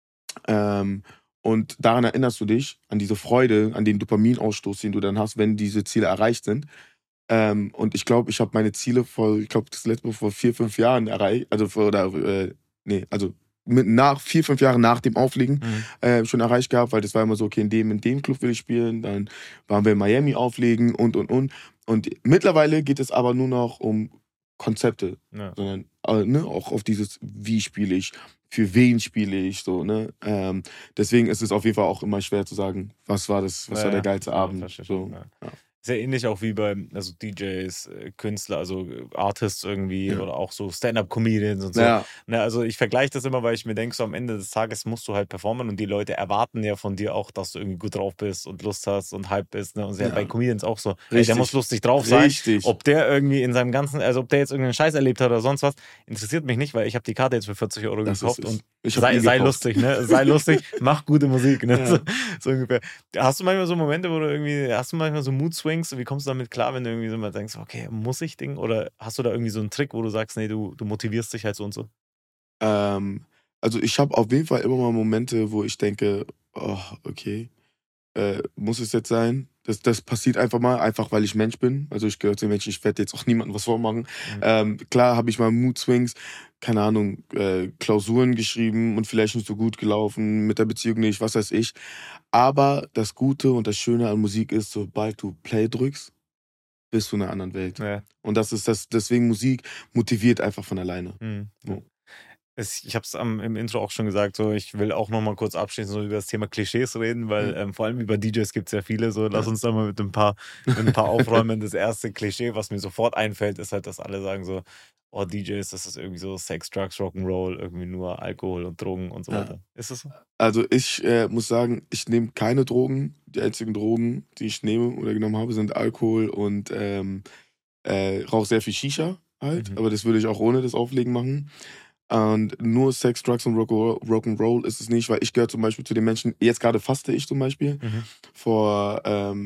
Speaker 2: Und daran erinnerst du dich, an diese Freude, an den Dopaminausstoß, den du dann hast, wenn diese Ziele erreicht sind. Und ich glaube, ich habe meine Ziele das letzte Mal vor 4, 5 Jahren erreicht, nach 4, 5 Jahren nach dem Auflegen schon erreicht gehabt, weil das war immer so, okay, in dem Club will ich spielen, dann waren wir in Miami auflegen und. Und mittlerweile geht es aber nur noch um Konzepte, sondern auch auf dieses, wie spiele ich, für wen spiele ich, so, ne? Deswegen ist es auf jeden Fall auch immer schwer zu sagen, was war der geilste Abend. So. Ja.
Speaker 3: Sehr ähnlich auch wie bei DJs, Künstler, also Artists irgendwie oder auch so Stand-Up-Comedians und so.
Speaker 2: Ja.
Speaker 3: Ne, also ich vergleiche das immer, weil ich mir denke, so am Ende des Tages musst du halt performen und die Leute erwarten ja von dir auch, dass du irgendwie gut drauf bist und Lust hast und Hype bist. Ne? Und es ist ja bei Comedians auch so, ey, der muss lustig drauf sein.
Speaker 2: Richtig.
Speaker 3: Ob der irgendwie in seinem ganzen, also ob der jetzt irgendeinen Scheiß erlebt hat oder sonst was, interessiert mich nicht, weil ich habe die Karte jetzt für 40 € gekauft und sei lustig, ne? Sei lustig, mach gute Musik, ne?
Speaker 2: Ja.
Speaker 3: So ungefähr. Hast du manchmal so Momente, wo du irgendwie, so Mood-Swings, wie kommst du damit klar, wenn du irgendwie so mal denkst, okay, muss ich Ding? Oder hast du da irgendwie so einen Trick, wo du sagst, nee, du motivierst dich halt so und so?
Speaker 2: Also ich habe auf jeden Fall immer mal Momente, wo ich denke, oh, okay, muss es jetzt sein? Das passiert einfach mal, einfach weil ich Mensch bin. Also ich gehöre zu den Menschen, ich werde jetzt auch niemandem was vormachen. Klar habe ich mal Mood-Swings, keine Ahnung, Klausuren geschrieben und vielleicht nicht so gut gelaufen, mit der Beziehung nicht, was weiß ich. Aber das Gute und das Schöne an Musik ist, sobald du Play drückst, bist du in einer anderen Welt.
Speaker 3: Ja.
Speaker 2: Und deswegen Musik motiviert einfach von alleine.
Speaker 3: Ja. Ich habe es im Intro auch schon gesagt, so ich will auch noch mal kurz abschließend so über das Thema Klischees reden, weil vor allem über DJs gibt es ja viele, so lass uns da mal mit ein paar aufräumen. Das erste Klischee, was mir sofort einfällt, ist halt, dass alle sagen so, oh DJs, das ist irgendwie so Sex, Drugs, Rock'n'Roll, irgendwie nur Alkohol und Drogen und so weiter. Ist das so?
Speaker 2: Also ich muss sagen, ich nehme keine Drogen. Die einzigen Drogen, die ich nehme oder genommen habe, sind Alkohol und rauche sehr viel Shisha halt, aber das würde ich auch ohne das Auflegen machen. Und nur Sex, Drugs und Rock'n'Roll ist es nicht, weil ich gehöre zum Beispiel zu den Menschen, jetzt gerade faste ich zum Beispiel. Vor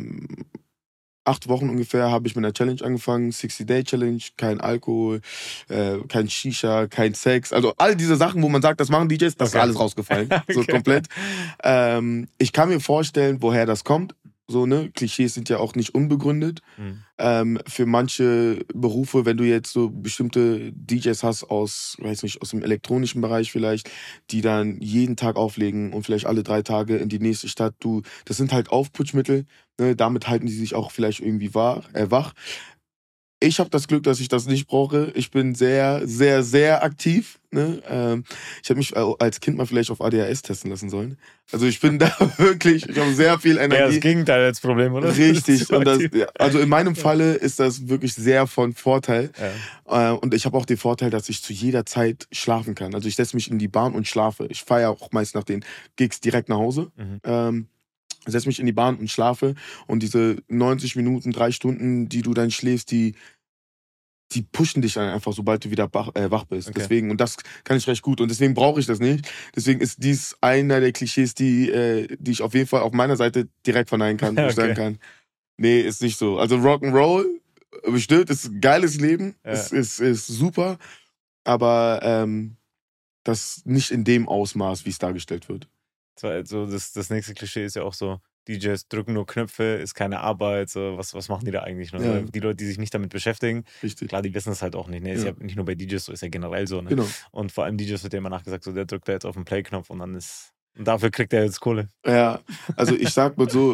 Speaker 2: 8 Wochen ungefähr habe ich mit einer Challenge angefangen, 60-Day-Challenge, kein Alkohol, kein Shisha, kein Sex. Also all diese Sachen, wo man sagt, das machen DJs, das ist alles rausgefallen, so komplett. Ich kann mir vorstellen, woher das kommt. So, ne? Klischees sind ja auch nicht unbegründet. Für manche Berufe, wenn du jetzt so bestimmte DJs hast aus dem elektronischen Bereich vielleicht, die dann jeden Tag auflegen und vielleicht alle 3 Tage in die nächste Stadt. Das sind halt Aufputschmittel. Ne? Damit halten die sich auch vielleicht irgendwie wach. Ich habe das Glück, dass ich das nicht brauche. Ich bin sehr, sehr, sehr aktiv. Ne? Ich hätte mich als Kind mal vielleicht auf ADHS testen lassen sollen. Also ich bin da wirklich, ich habe sehr viel Energie.
Speaker 3: Ja, das Gegenteil als Problem, oder?
Speaker 2: Richtig. Und also in meinem Falle ist das wirklich sehr von Vorteil. Ja. Und ich habe auch den Vorteil, dass ich zu jeder Zeit schlafen kann. Also ich setze mich in die Bahn und schlafe. Ich fahre ja auch meist nach den Gigs direkt nach Hause. Setze mich in die Bahn und schlafe. Und diese 90 Minuten, 3 Stunden, die du dann schläfst, die pushen dich dann einfach, sobald du wieder wach bist. Okay. Deswegen, und das kann ich recht gut. Und deswegen brauche ich das nicht. Deswegen ist dies einer der Klischees, die ich auf jeden Fall auf meiner Seite direkt verneinen kann. Wo ich sagen kann, nee, ist nicht so. Also Rock'n'Roll bestimmt, ist ein geiles Leben,
Speaker 3: Ja.
Speaker 2: ist super, aber das nicht in dem Ausmaß, wie es dargestellt wird.
Speaker 3: So, das nächste Klischee ist ja auch so, DJs drücken nur Knöpfe, ist keine Arbeit, so, was machen die da eigentlich noch?
Speaker 2: Ja.
Speaker 3: Die Leute, die sich nicht damit beschäftigen,
Speaker 2: Richtig.
Speaker 3: klar, die wissen es halt auch nicht. Ne? Ist
Speaker 2: Ja.
Speaker 3: ja nicht nur bei DJs so, ist ja generell so. Ne?
Speaker 2: Genau.
Speaker 3: Und vor allem DJs wird ja immer nachgesagt, so, der drückt da jetzt auf den Play-Knopf und und dafür kriegt er jetzt Kohle.
Speaker 2: Ja, also ich sag mal so,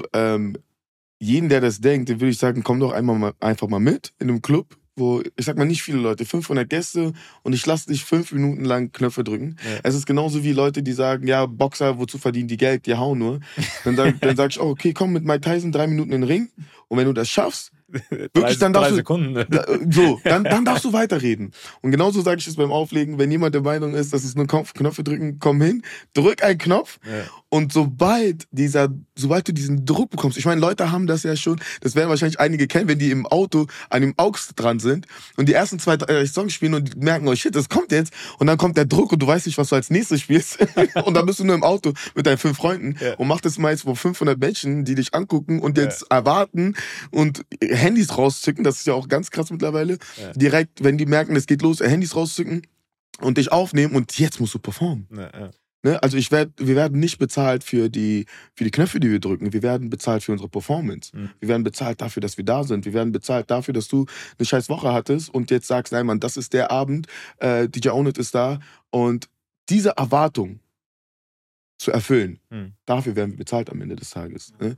Speaker 2: jeden, der das denkt, den würde ich sagen, komm doch einfach mal mit in einem Club, wo, ich sag mal, nicht viele Leute, 500 Gäste und ich lasse dich 5 Minuten lang Knöpfe drücken.
Speaker 3: Ja.
Speaker 2: Es ist genauso wie Leute, die sagen, ja, Boxer, wozu verdienen die Geld, die hauen nur. Dann sag ich, oh, okay, komm mit Mike Tyson 3 Minuten in den Ring und wenn du das schaffst, wirklich, dann darfst
Speaker 3: 3
Speaker 2: du,
Speaker 3: Sekunden.
Speaker 2: dann darfst du weiterreden. Und genauso sage ich es beim Auflegen, wenn jemand der Meinung ist, dass es nur Knöpfe drücken, komm hin, drück einen Knopf und sobald du diesen Druck bekommst, ich meine, Leute haben das ja schon, das werden wahrscheinlich einige kennen, wenn die im Auto an dem AUX dran sind und die ersten 2 Songs spielen und die merken, oh shit, das kommt jetzt und dann kommt der Druck und du weißt nicht, was du als nächstes spielst und dann bist du nur im Auto mit deinen 5 Freunden und machst das mal jetzt vor 500 Menschen, die dich angucken und jetzt erwarten und Handys rauszücken, das ist ja auch ganz krass mittlerweile, direkt, wenn die merken, es geht los, Handys rauszücken und dich aufnehmen und jetzt musst du performen. Ne? Also wir werden nicht bezahlt für die Knöpfe, die wir drücken, wir werden bezahlt für unsere Performance. Wir werden bezahlt dafür, dass wir da sind, wir werden bezahlt dafür, dass du eine scheiß Woche hattest und jetzt sagst, nein Mann, das ist der Abend, DJ Ownit ist da und diese Erwartung zu erfüllen. Dafür werden wir bezahlt am Ende des Tages. Ne?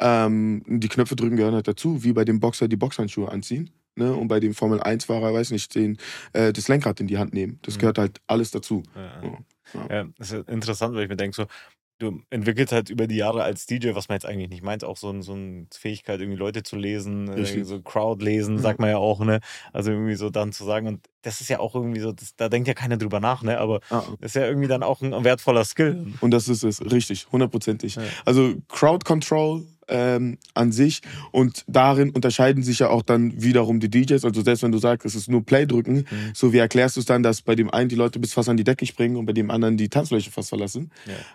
Speaker 2: Die Knöpfe drücken gehören halt dazu, wie bei dem Boxer die Boxhandschuhe anziehen. Ne? Und bei dem Formel-1-Fahrer, weiß nicht, das Lenkrad in die Hand nehmen. Das gehört halt alles dazu.
Speaker 3: Ja, das ist interessant, weil ich mir denke, so, du entwickelst halt über die Jahre als DJ, was man jetzt eigentlich nicht meint, auch so eine Fähigkeit, irgendwie Leute zu lesen, so Crowd lesen, sagt man ja auch, ne? Also irgendwie so dann zu sagen, und das ist ja auch irgendwie so, da denkt ja keiner drüber nach, ne? Aber das ist ja irgendwie dann auch ein wertvoller Skill.
Speaker 2: Und das ist es, richtig, 100%. Ja. Also Crowd Control an sich und darin unterscheiden sich ja auch dann wiederum die DJs, also selbst wenn du sagst, es ist nur Play drücken, so wie erklärst du es dann, dass bei dem einen die Leute bis fast an die Decke springen und bei dem anderen die Tanzfläche fast verlassen.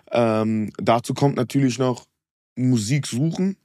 Speaker 2: Dazu kommt natürlich noch Musik suchen,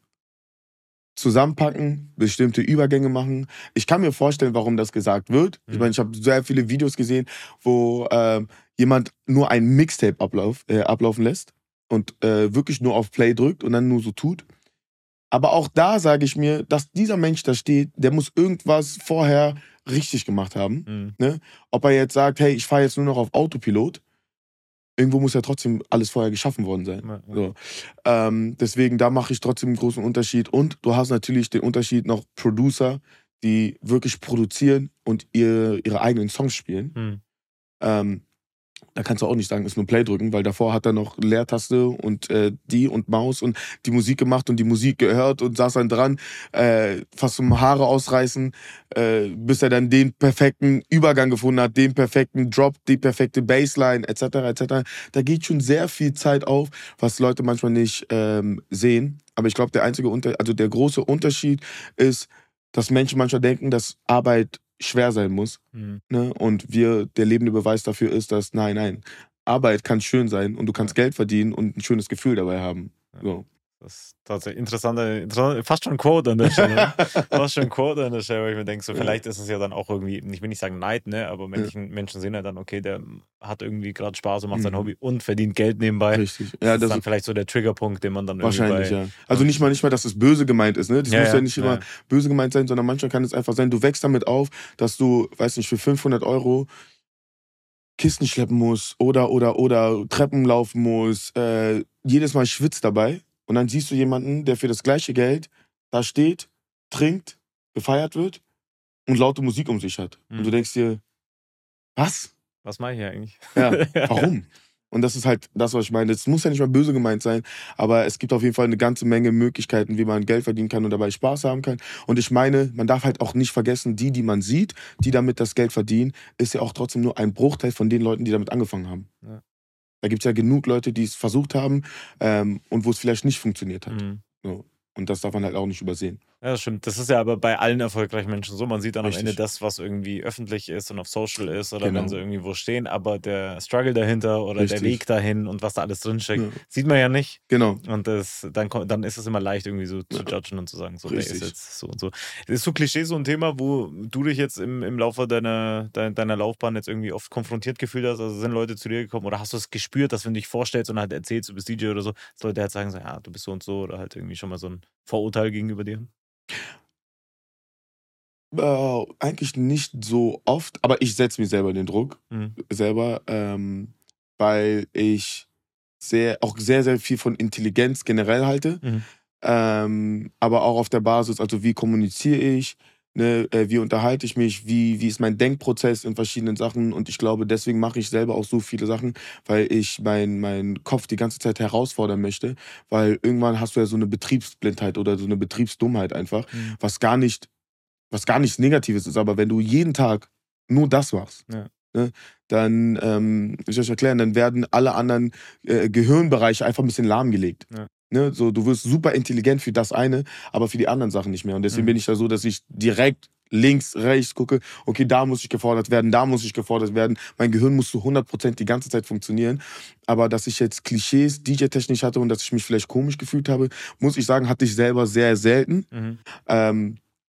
Speaker 2: zusammenpacken, bestimmte Übergänge machen. Ich kann mir vorstellen, warum das gesagt wird. Ich meine, ich habe sehr viele Videos gesehen, wo jemand nur ein Mixtape ablaufen lässt und wirklich nur auf Play drückt und dann nur so tut. Aber auch da sage ich mir, dass dieser Mensch da steht, der muss irgendwas vorher richtig gemacht haben. Ne? Ob er jetzt sagt, hey, ich fahre jetzt nur noch auf Autopilot, irgendwo muss ja trotzdem alles vorher geschaffen worden sein. So. Deswegen, da mache ich trotzdem einen großen Unterschied. Und du hast natürlich den Unterschied noch Producer, die wirklich produzieren und ihre eigenen Songs spielen. Da kannst du auch nicht sagen, ist nur Play drücken, weil davor hat er noch Leertaste und die und Maus und die Musik gemacht und die Musik gehört und saß dann dran, fast zum Haare ausreißen, bis er dann den perfekten Übergang gefunden hat, den perfekten Drop, die perfekte Bassline etc. etc. Da geht schon sehr viel Zeit auf, was Leute manchmal nicht sehen. Aber ich glaube, der große Unterschied ist, dass Menschen manchmal denken, dass Arbeit schwer sein muss. Ne? Und der lebende Beweis dafür ist, dass nein, Arbeit kann schön sein und du kannst Geld verdienen und ein schönes Gefühl dabei haben. So.
Speaker 3: Das ist tatsächlich interessant, fast schon ein Quote an der Stelle. Weil ich mir denke, so vielleicht ist es ja dann auch irgendwie, ich will nicht sagen Neid, ne, aber Menschen sehen ja dann, okay, der hat irgendwie gerade Spaß und macht sein Hobby und verdient Geld nebenbei.
Speaker 2: Richtig.
Speaker 3: Ja, das ist dann vielleicht so der Triggerpunkt, den man dann
Speaker 2: wahrscheinlich, ja. Also nicht mal, dass es böse gemeint ist, ne? Das muss ja nicht immer böse gemeint sein, sondern manchmal kann es einfach sein, du wächst damit auf, dass du, weiß nicht, für 500 € Kisten schleppen musst oder Treppen laufen musst, jedes Mal schwitzt dabei. Und dann siehst du jemanden, der für das gleiche Geld da steht, trinkt, gefeiert wird und laute Musik um sich hat. Und du denkst dir, was?
Speaker 3: Was mache ich hier eigentlich?
Speaker 2: Ja, warum? Und das ist halt das, was ich meine. Es muss ja nicht mal böse gemeint sein, aber es gibt auf jeden Fall eine ganze Menge Möglichkeiten, wie man Geld verdienen kann und dabei Spaß haben kann. Und ich meine, man darf halt auch nicht vergessen, die man sieht, die damit das Geld verdienen, ist ja auch trotzdem nur ein Bruchteil von den Leuten, die damit angefangen haben. Ja. Da gibt es ja genug Leute, die es versucht haben und wo es vielleicht nicht funktioniert hat. So. Und das darf man halt auch nicht übersehen.
Speaker 3: Ja, stimmt. Das ist ja aber bei allen erfolgreichen Menschen so. Man sieht dann am
Speaker 2: Richtig.
Speaker 3: Ende das, was irgendwie öffentlich ist und auf Social ist oder
Speaker 2: Genau.
Speaker 3: wenn sie irgendwie wo stehen, aber der Struggle dahinter oder der
Speaker 2: Richtig.
Speaker 3: Weg dahin und was da alles drinsteckt,
Speaker 2: Ja.
Speaker 3: sieht man ja nicht.
Speaker 2: Genau.
Speaker 3: Und dann ist es immer leicht, irgendwie so zu judgen und zu sagen, so, der ist
Speaker 2: Richtig.
Speaker 3: jetzt so und so. Ist so Klischee so ein Thema, wo du dich jetzt im Laufe deiner Laufbahn jetzt irgendwie oft konfrontiert gefühlt hast? Also sind Leute zu dir gekommen oder hast du es gespürt, dass wenn du dich vorstellst und halt erzählst, du bist DJ oder so, dass Leute halt sagen so, ja, du bist so und so oder halt irgendwie schon mal so ein Vorurteil gegenüber dir?
Speaker 2: Eigentlich nicht so oft, aber ich setze mir selber den Druck.
Speaker 3: Mhm.
Speaker 2: Selber, weil ich auch sehr, sehr viel von Intelligenz generell halte.
Speaker 3: Mhm.
Speaker 2: Aber auch auf der Basis, also wie kommuniziere ich, ne, wie unterhalte ich mich, wie ist mein Denkprozess in verschiedenen Sachen. Und ich glaube, deswegen mache ich selber auch so viele Sachen, weil ich meinen Kopf die ganze Zeit herausfordern möchte. Weil irgendwann hast du ja so eine Betriebsblindheit oder so eine Betriebsdummheit einfach,
Speaker 3: Mhm.
Speaker 2: was gar nichts Negatives ist. Aber wenn du jeden Tag nur das machst,
Speaker 3: Ja.
Speaker 2: ne, dann, wie soll ich erklären, dann werden alle anderen Gehirnbereiche einfach ein bisschen lahmgelegt.
Speaker 3: Ja.
Speaker 2: Ne, so, du wirst super intelligent für das eine, aber für die anderen Sachen nicht mehr. Und deswegen bin ich da so, dass ich direkt links, rechts gucke, okay, da muss ich gefordert werden, da muss ich gefordert werden. Mein Gehirn muss zu 100% die ganze Zeit funktionieren. Aber dass ich jetzt Klischees DJ-technisch hatte und dass ich mich vielleicht komisch gefühlt habe, muss ich sagen, hatte ich selber sehr selten.
Speaker 3: Mhm.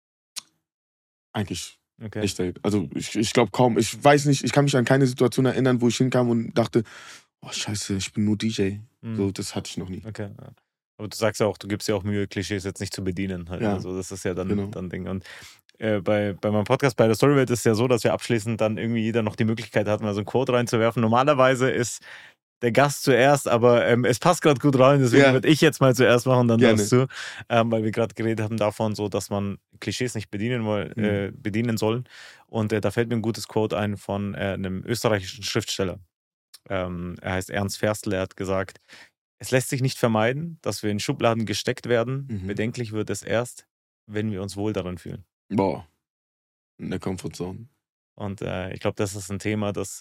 Speaker 2: Eigentlich
Speaker 3: Okay.
Speaker 2: echt selten. Also ich glaube kaum. Ich weiß nicht, ich kann mich an keine Situation erinnern, wo ich hinkam und dachte, oh scheiße, ich bin nur DJ.
Speaker 3: Mhm.
Speaker 2: So, das hatte ich noch nie.
Speaker 3: Okay. Ja. Aber du sagst ja auch, du gibst ja auch Mühe, Klischees jetzt nicht zu bedienen. Halt.
Speaker 2: Ja.
Speaker 3: Also das ist ja dann
Speaker 2: Genau.
Speaker 3: Ding. Und bei meinem Podcast, bei der Storywelt, ist es ja so, dass wir abschließend dann irgendwie jeder noch die Möglichkeit hat, mal so ein Quote reinzuwerfen. Normalerweise ist der Gast zuerst, aber es passt gerade gut rein, deswegen
Speaker 2: Ja.
Speaker 3: würde ich jetzt mal zuerst machen, dann
Speaker 2: Gerne.
Speaker 3: darfst du. Weil wir gerade geredet haben davon, so, dass man Klischees nicht bedienen soll. Und da fällt mir ein gutes Quote ein von einem österreichischen Schriftsteller. Er heißt Ernst Ferstel, er hat gesagt, es lässt sich nicht vermeiden, dass wir in Schubladen gesteckt werden.
Speaker 2: Mhm.
Speaker 3: Bedenklich wird es erst, wenn wir uns wohl darin fühlen.
Speaker 2: Boah. In der Comfortzone.
Speaker 3: Und ich glaube, das ist ein Thema, das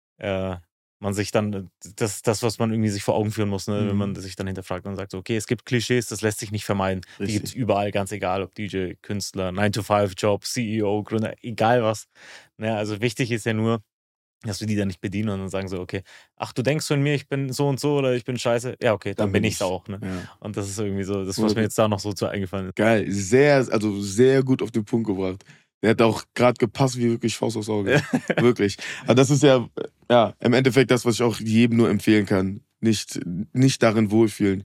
Speaker 3: man sich dann, das, was man irgendwie sich vor Augen führen muss, ne? Wenn man sich dann hinterfragt und sagt, so, okay, es gibt Klischees, das lässt sich nicht vermeiden. Die
Speaker 2: Richtig.
Speaker 3: gibt es überall, ganz egal, ob DJ, Künstler, 9-to-5-Job, CEO, Gründer, egal was. Ja, also wichtig ist ja nur, dass wir die dann nicht bedienen und dann sagen so, okay, ach, du denkst von mir, ich bin so und so oder ich bin scheiße. Ja, okay, dann bin ich's auch. Ne?
Speaker 2: Ja.
Speaker 3: Und das ist irgendwie so, das, was mir jetzt da noch so zu eingefallen ist.
Speaker 2: Geil, sehr gut auf den Punkt gebracht. Der hat auch gerade gepasst wie wirklich Faust aufs Auge. Wirklich. Aber das ist ja im Endeffekt das, was ich auch jedem nur empfehlen kann. Nicht darin wohlfühlen.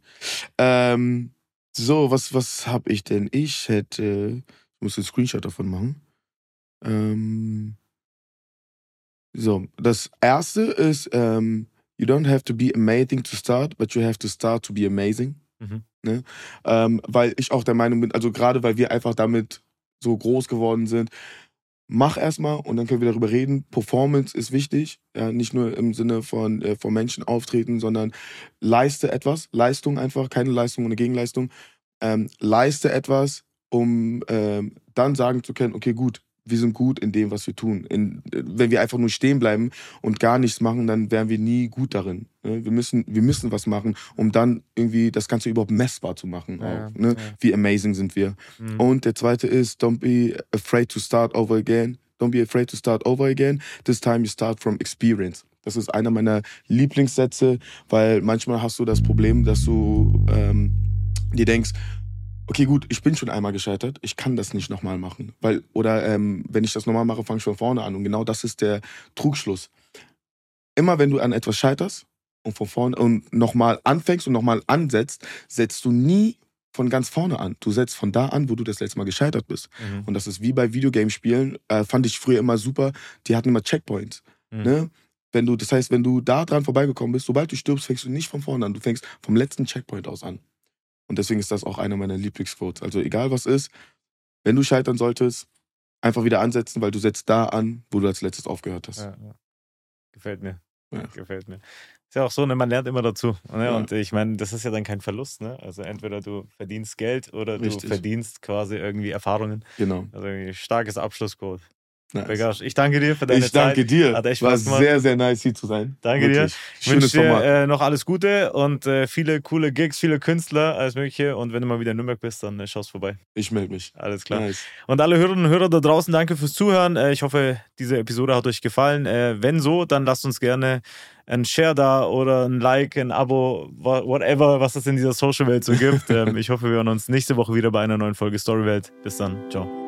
Speaker 2: So, was habe ich denn? Ich muss einen Screenshot davon machen. So, das erste ist, you don't have to be amazing to start, but you have to start to be amazing.
Speaker 3: Mhm.
Speaker 2: Ne? Weil ich auch der Meinung bin, also gerade weil wir einfach damit so groß geworden sind, mach erstmal und dann können wir darüber reden. Performance ist wichtig, ja, nicht nur im Sinne von vor Menschen auftreten, sondern leiste etwas, Leistung einfach, keine Leistung ohne Gegenleistung. Leiste etwas, um dann sagen zu können, okay, gut, wir sind gut in dem, was wir tun. Wenn wir einfach nur stehen bleiben und gar nichts machen, dann wären wir nie gut darin. Ne? Wir müssen was machen, um dann irgendwie das Ganze überhaupt messbar zu machen.
Speaker 3: Ja,
Speaker 2: auch, ne?
Speaker 3: ja.
Speaker 2: Wie amazing sind wir.
Speaker 3: Mhm.
Speaker 2: Und der zweite ist, don't be afraid to start over again. Don't be afraid to start over again. This time you start from experience. Das ist einer meiner Lieblingssätze, weil manchmal hast du das Problem, dass du dir denkst, okay, gut, ich bin schon einmal gescheitert, ich kann das nicht nochmal machen. Wenn ich das nochmal mache, fange ich von vorne an. Und genau das ist der Trugschluss. Immer wenn du an etwas scheiterst und von vorne und nochmal anfängst und nochmal ansetzt, setzt du nie von ganz vorne an. Du setzt von da an, wo du das letzte Mal gescheitert bist.
Speaker 3: Mhm.
Speaker 2: Und das ist wie bei Videogamespielen, fand ich früher immer super, die hatten immer Checkpoints.
Speaker 3: Mhm.
Speaker 2: Ne? Das heißt, wenn du da dran vorbeigekommen bist, sobald du stirbst, fängst du nicht von vorne an, du fängst vom letzten Checkpoint aus an. Und deswegen ist das auch einer meiner Lieblingsquotes. Also egal was ist, wenn du scheitern solltest, einfach wieder ansetzen, weil du setzt da an, wo du als letztes aufgehört hast.
Speaker 3: Ja. Gefällt mir.
Speaker 2: Ja.
Speaker 3: Gefällt mir. Ist ja auch so, ne, man lernt immer dazu. Ne?
Speaker 2: Ja.
Speaker 3: Und ich meine, das ist ja dann kein Verlust. Ne? Also entweder du verdienst Geld oder
Speaker 2: Richtig.
Speaker 3: du verdienst quasi irgendwie Erfahrungen.
Speaker 2: Genau.
Speaker 3: Also irgendwie starkes Abschlussquote.
Speaker 2: Nice.
Speaker 3: Belgasch, ich danke dir für deine Zeit.
Speaker 2: Ich danke dir.
Speaker 3: Hat echt
Speaker 2: War
Speaker 3: Spaß gemacht.
Speaker 2: sehr, sehr nice, hier zu sein.
Speaker 3: Danke
Speaker 2: Wirklich.
Speaker 3: dir. Ich
Speaker 2: Schönes
Speaker 3: wünsche
Speaker 2: Format.
Speaker 3: dir noch alles Gute und viele coole Gigs, viele Künstler, alles Mögliche. Und wenn du mal wieder in Nürnberg bist, dann schaust vorbei.
Speaker 2: Ich melde mich.
Speaker 3: Alles klar.
Speaker 2: Nice.
Speaker 3: Und alle Hörerinnen und Hörer da draußen, danke fürs Zuhören. Ich hoffe, diese Episode hat euch gefallen. Wenn so, dann lasst uns gerne ein Share da oder ein Like, ein Abo, whatever, was es in dieser Social-Welt so gibt. Ich hoffe, wir hören uns nächste Woche wieder bei einer neuen Folge Storywelt. Bis dann. Ciao.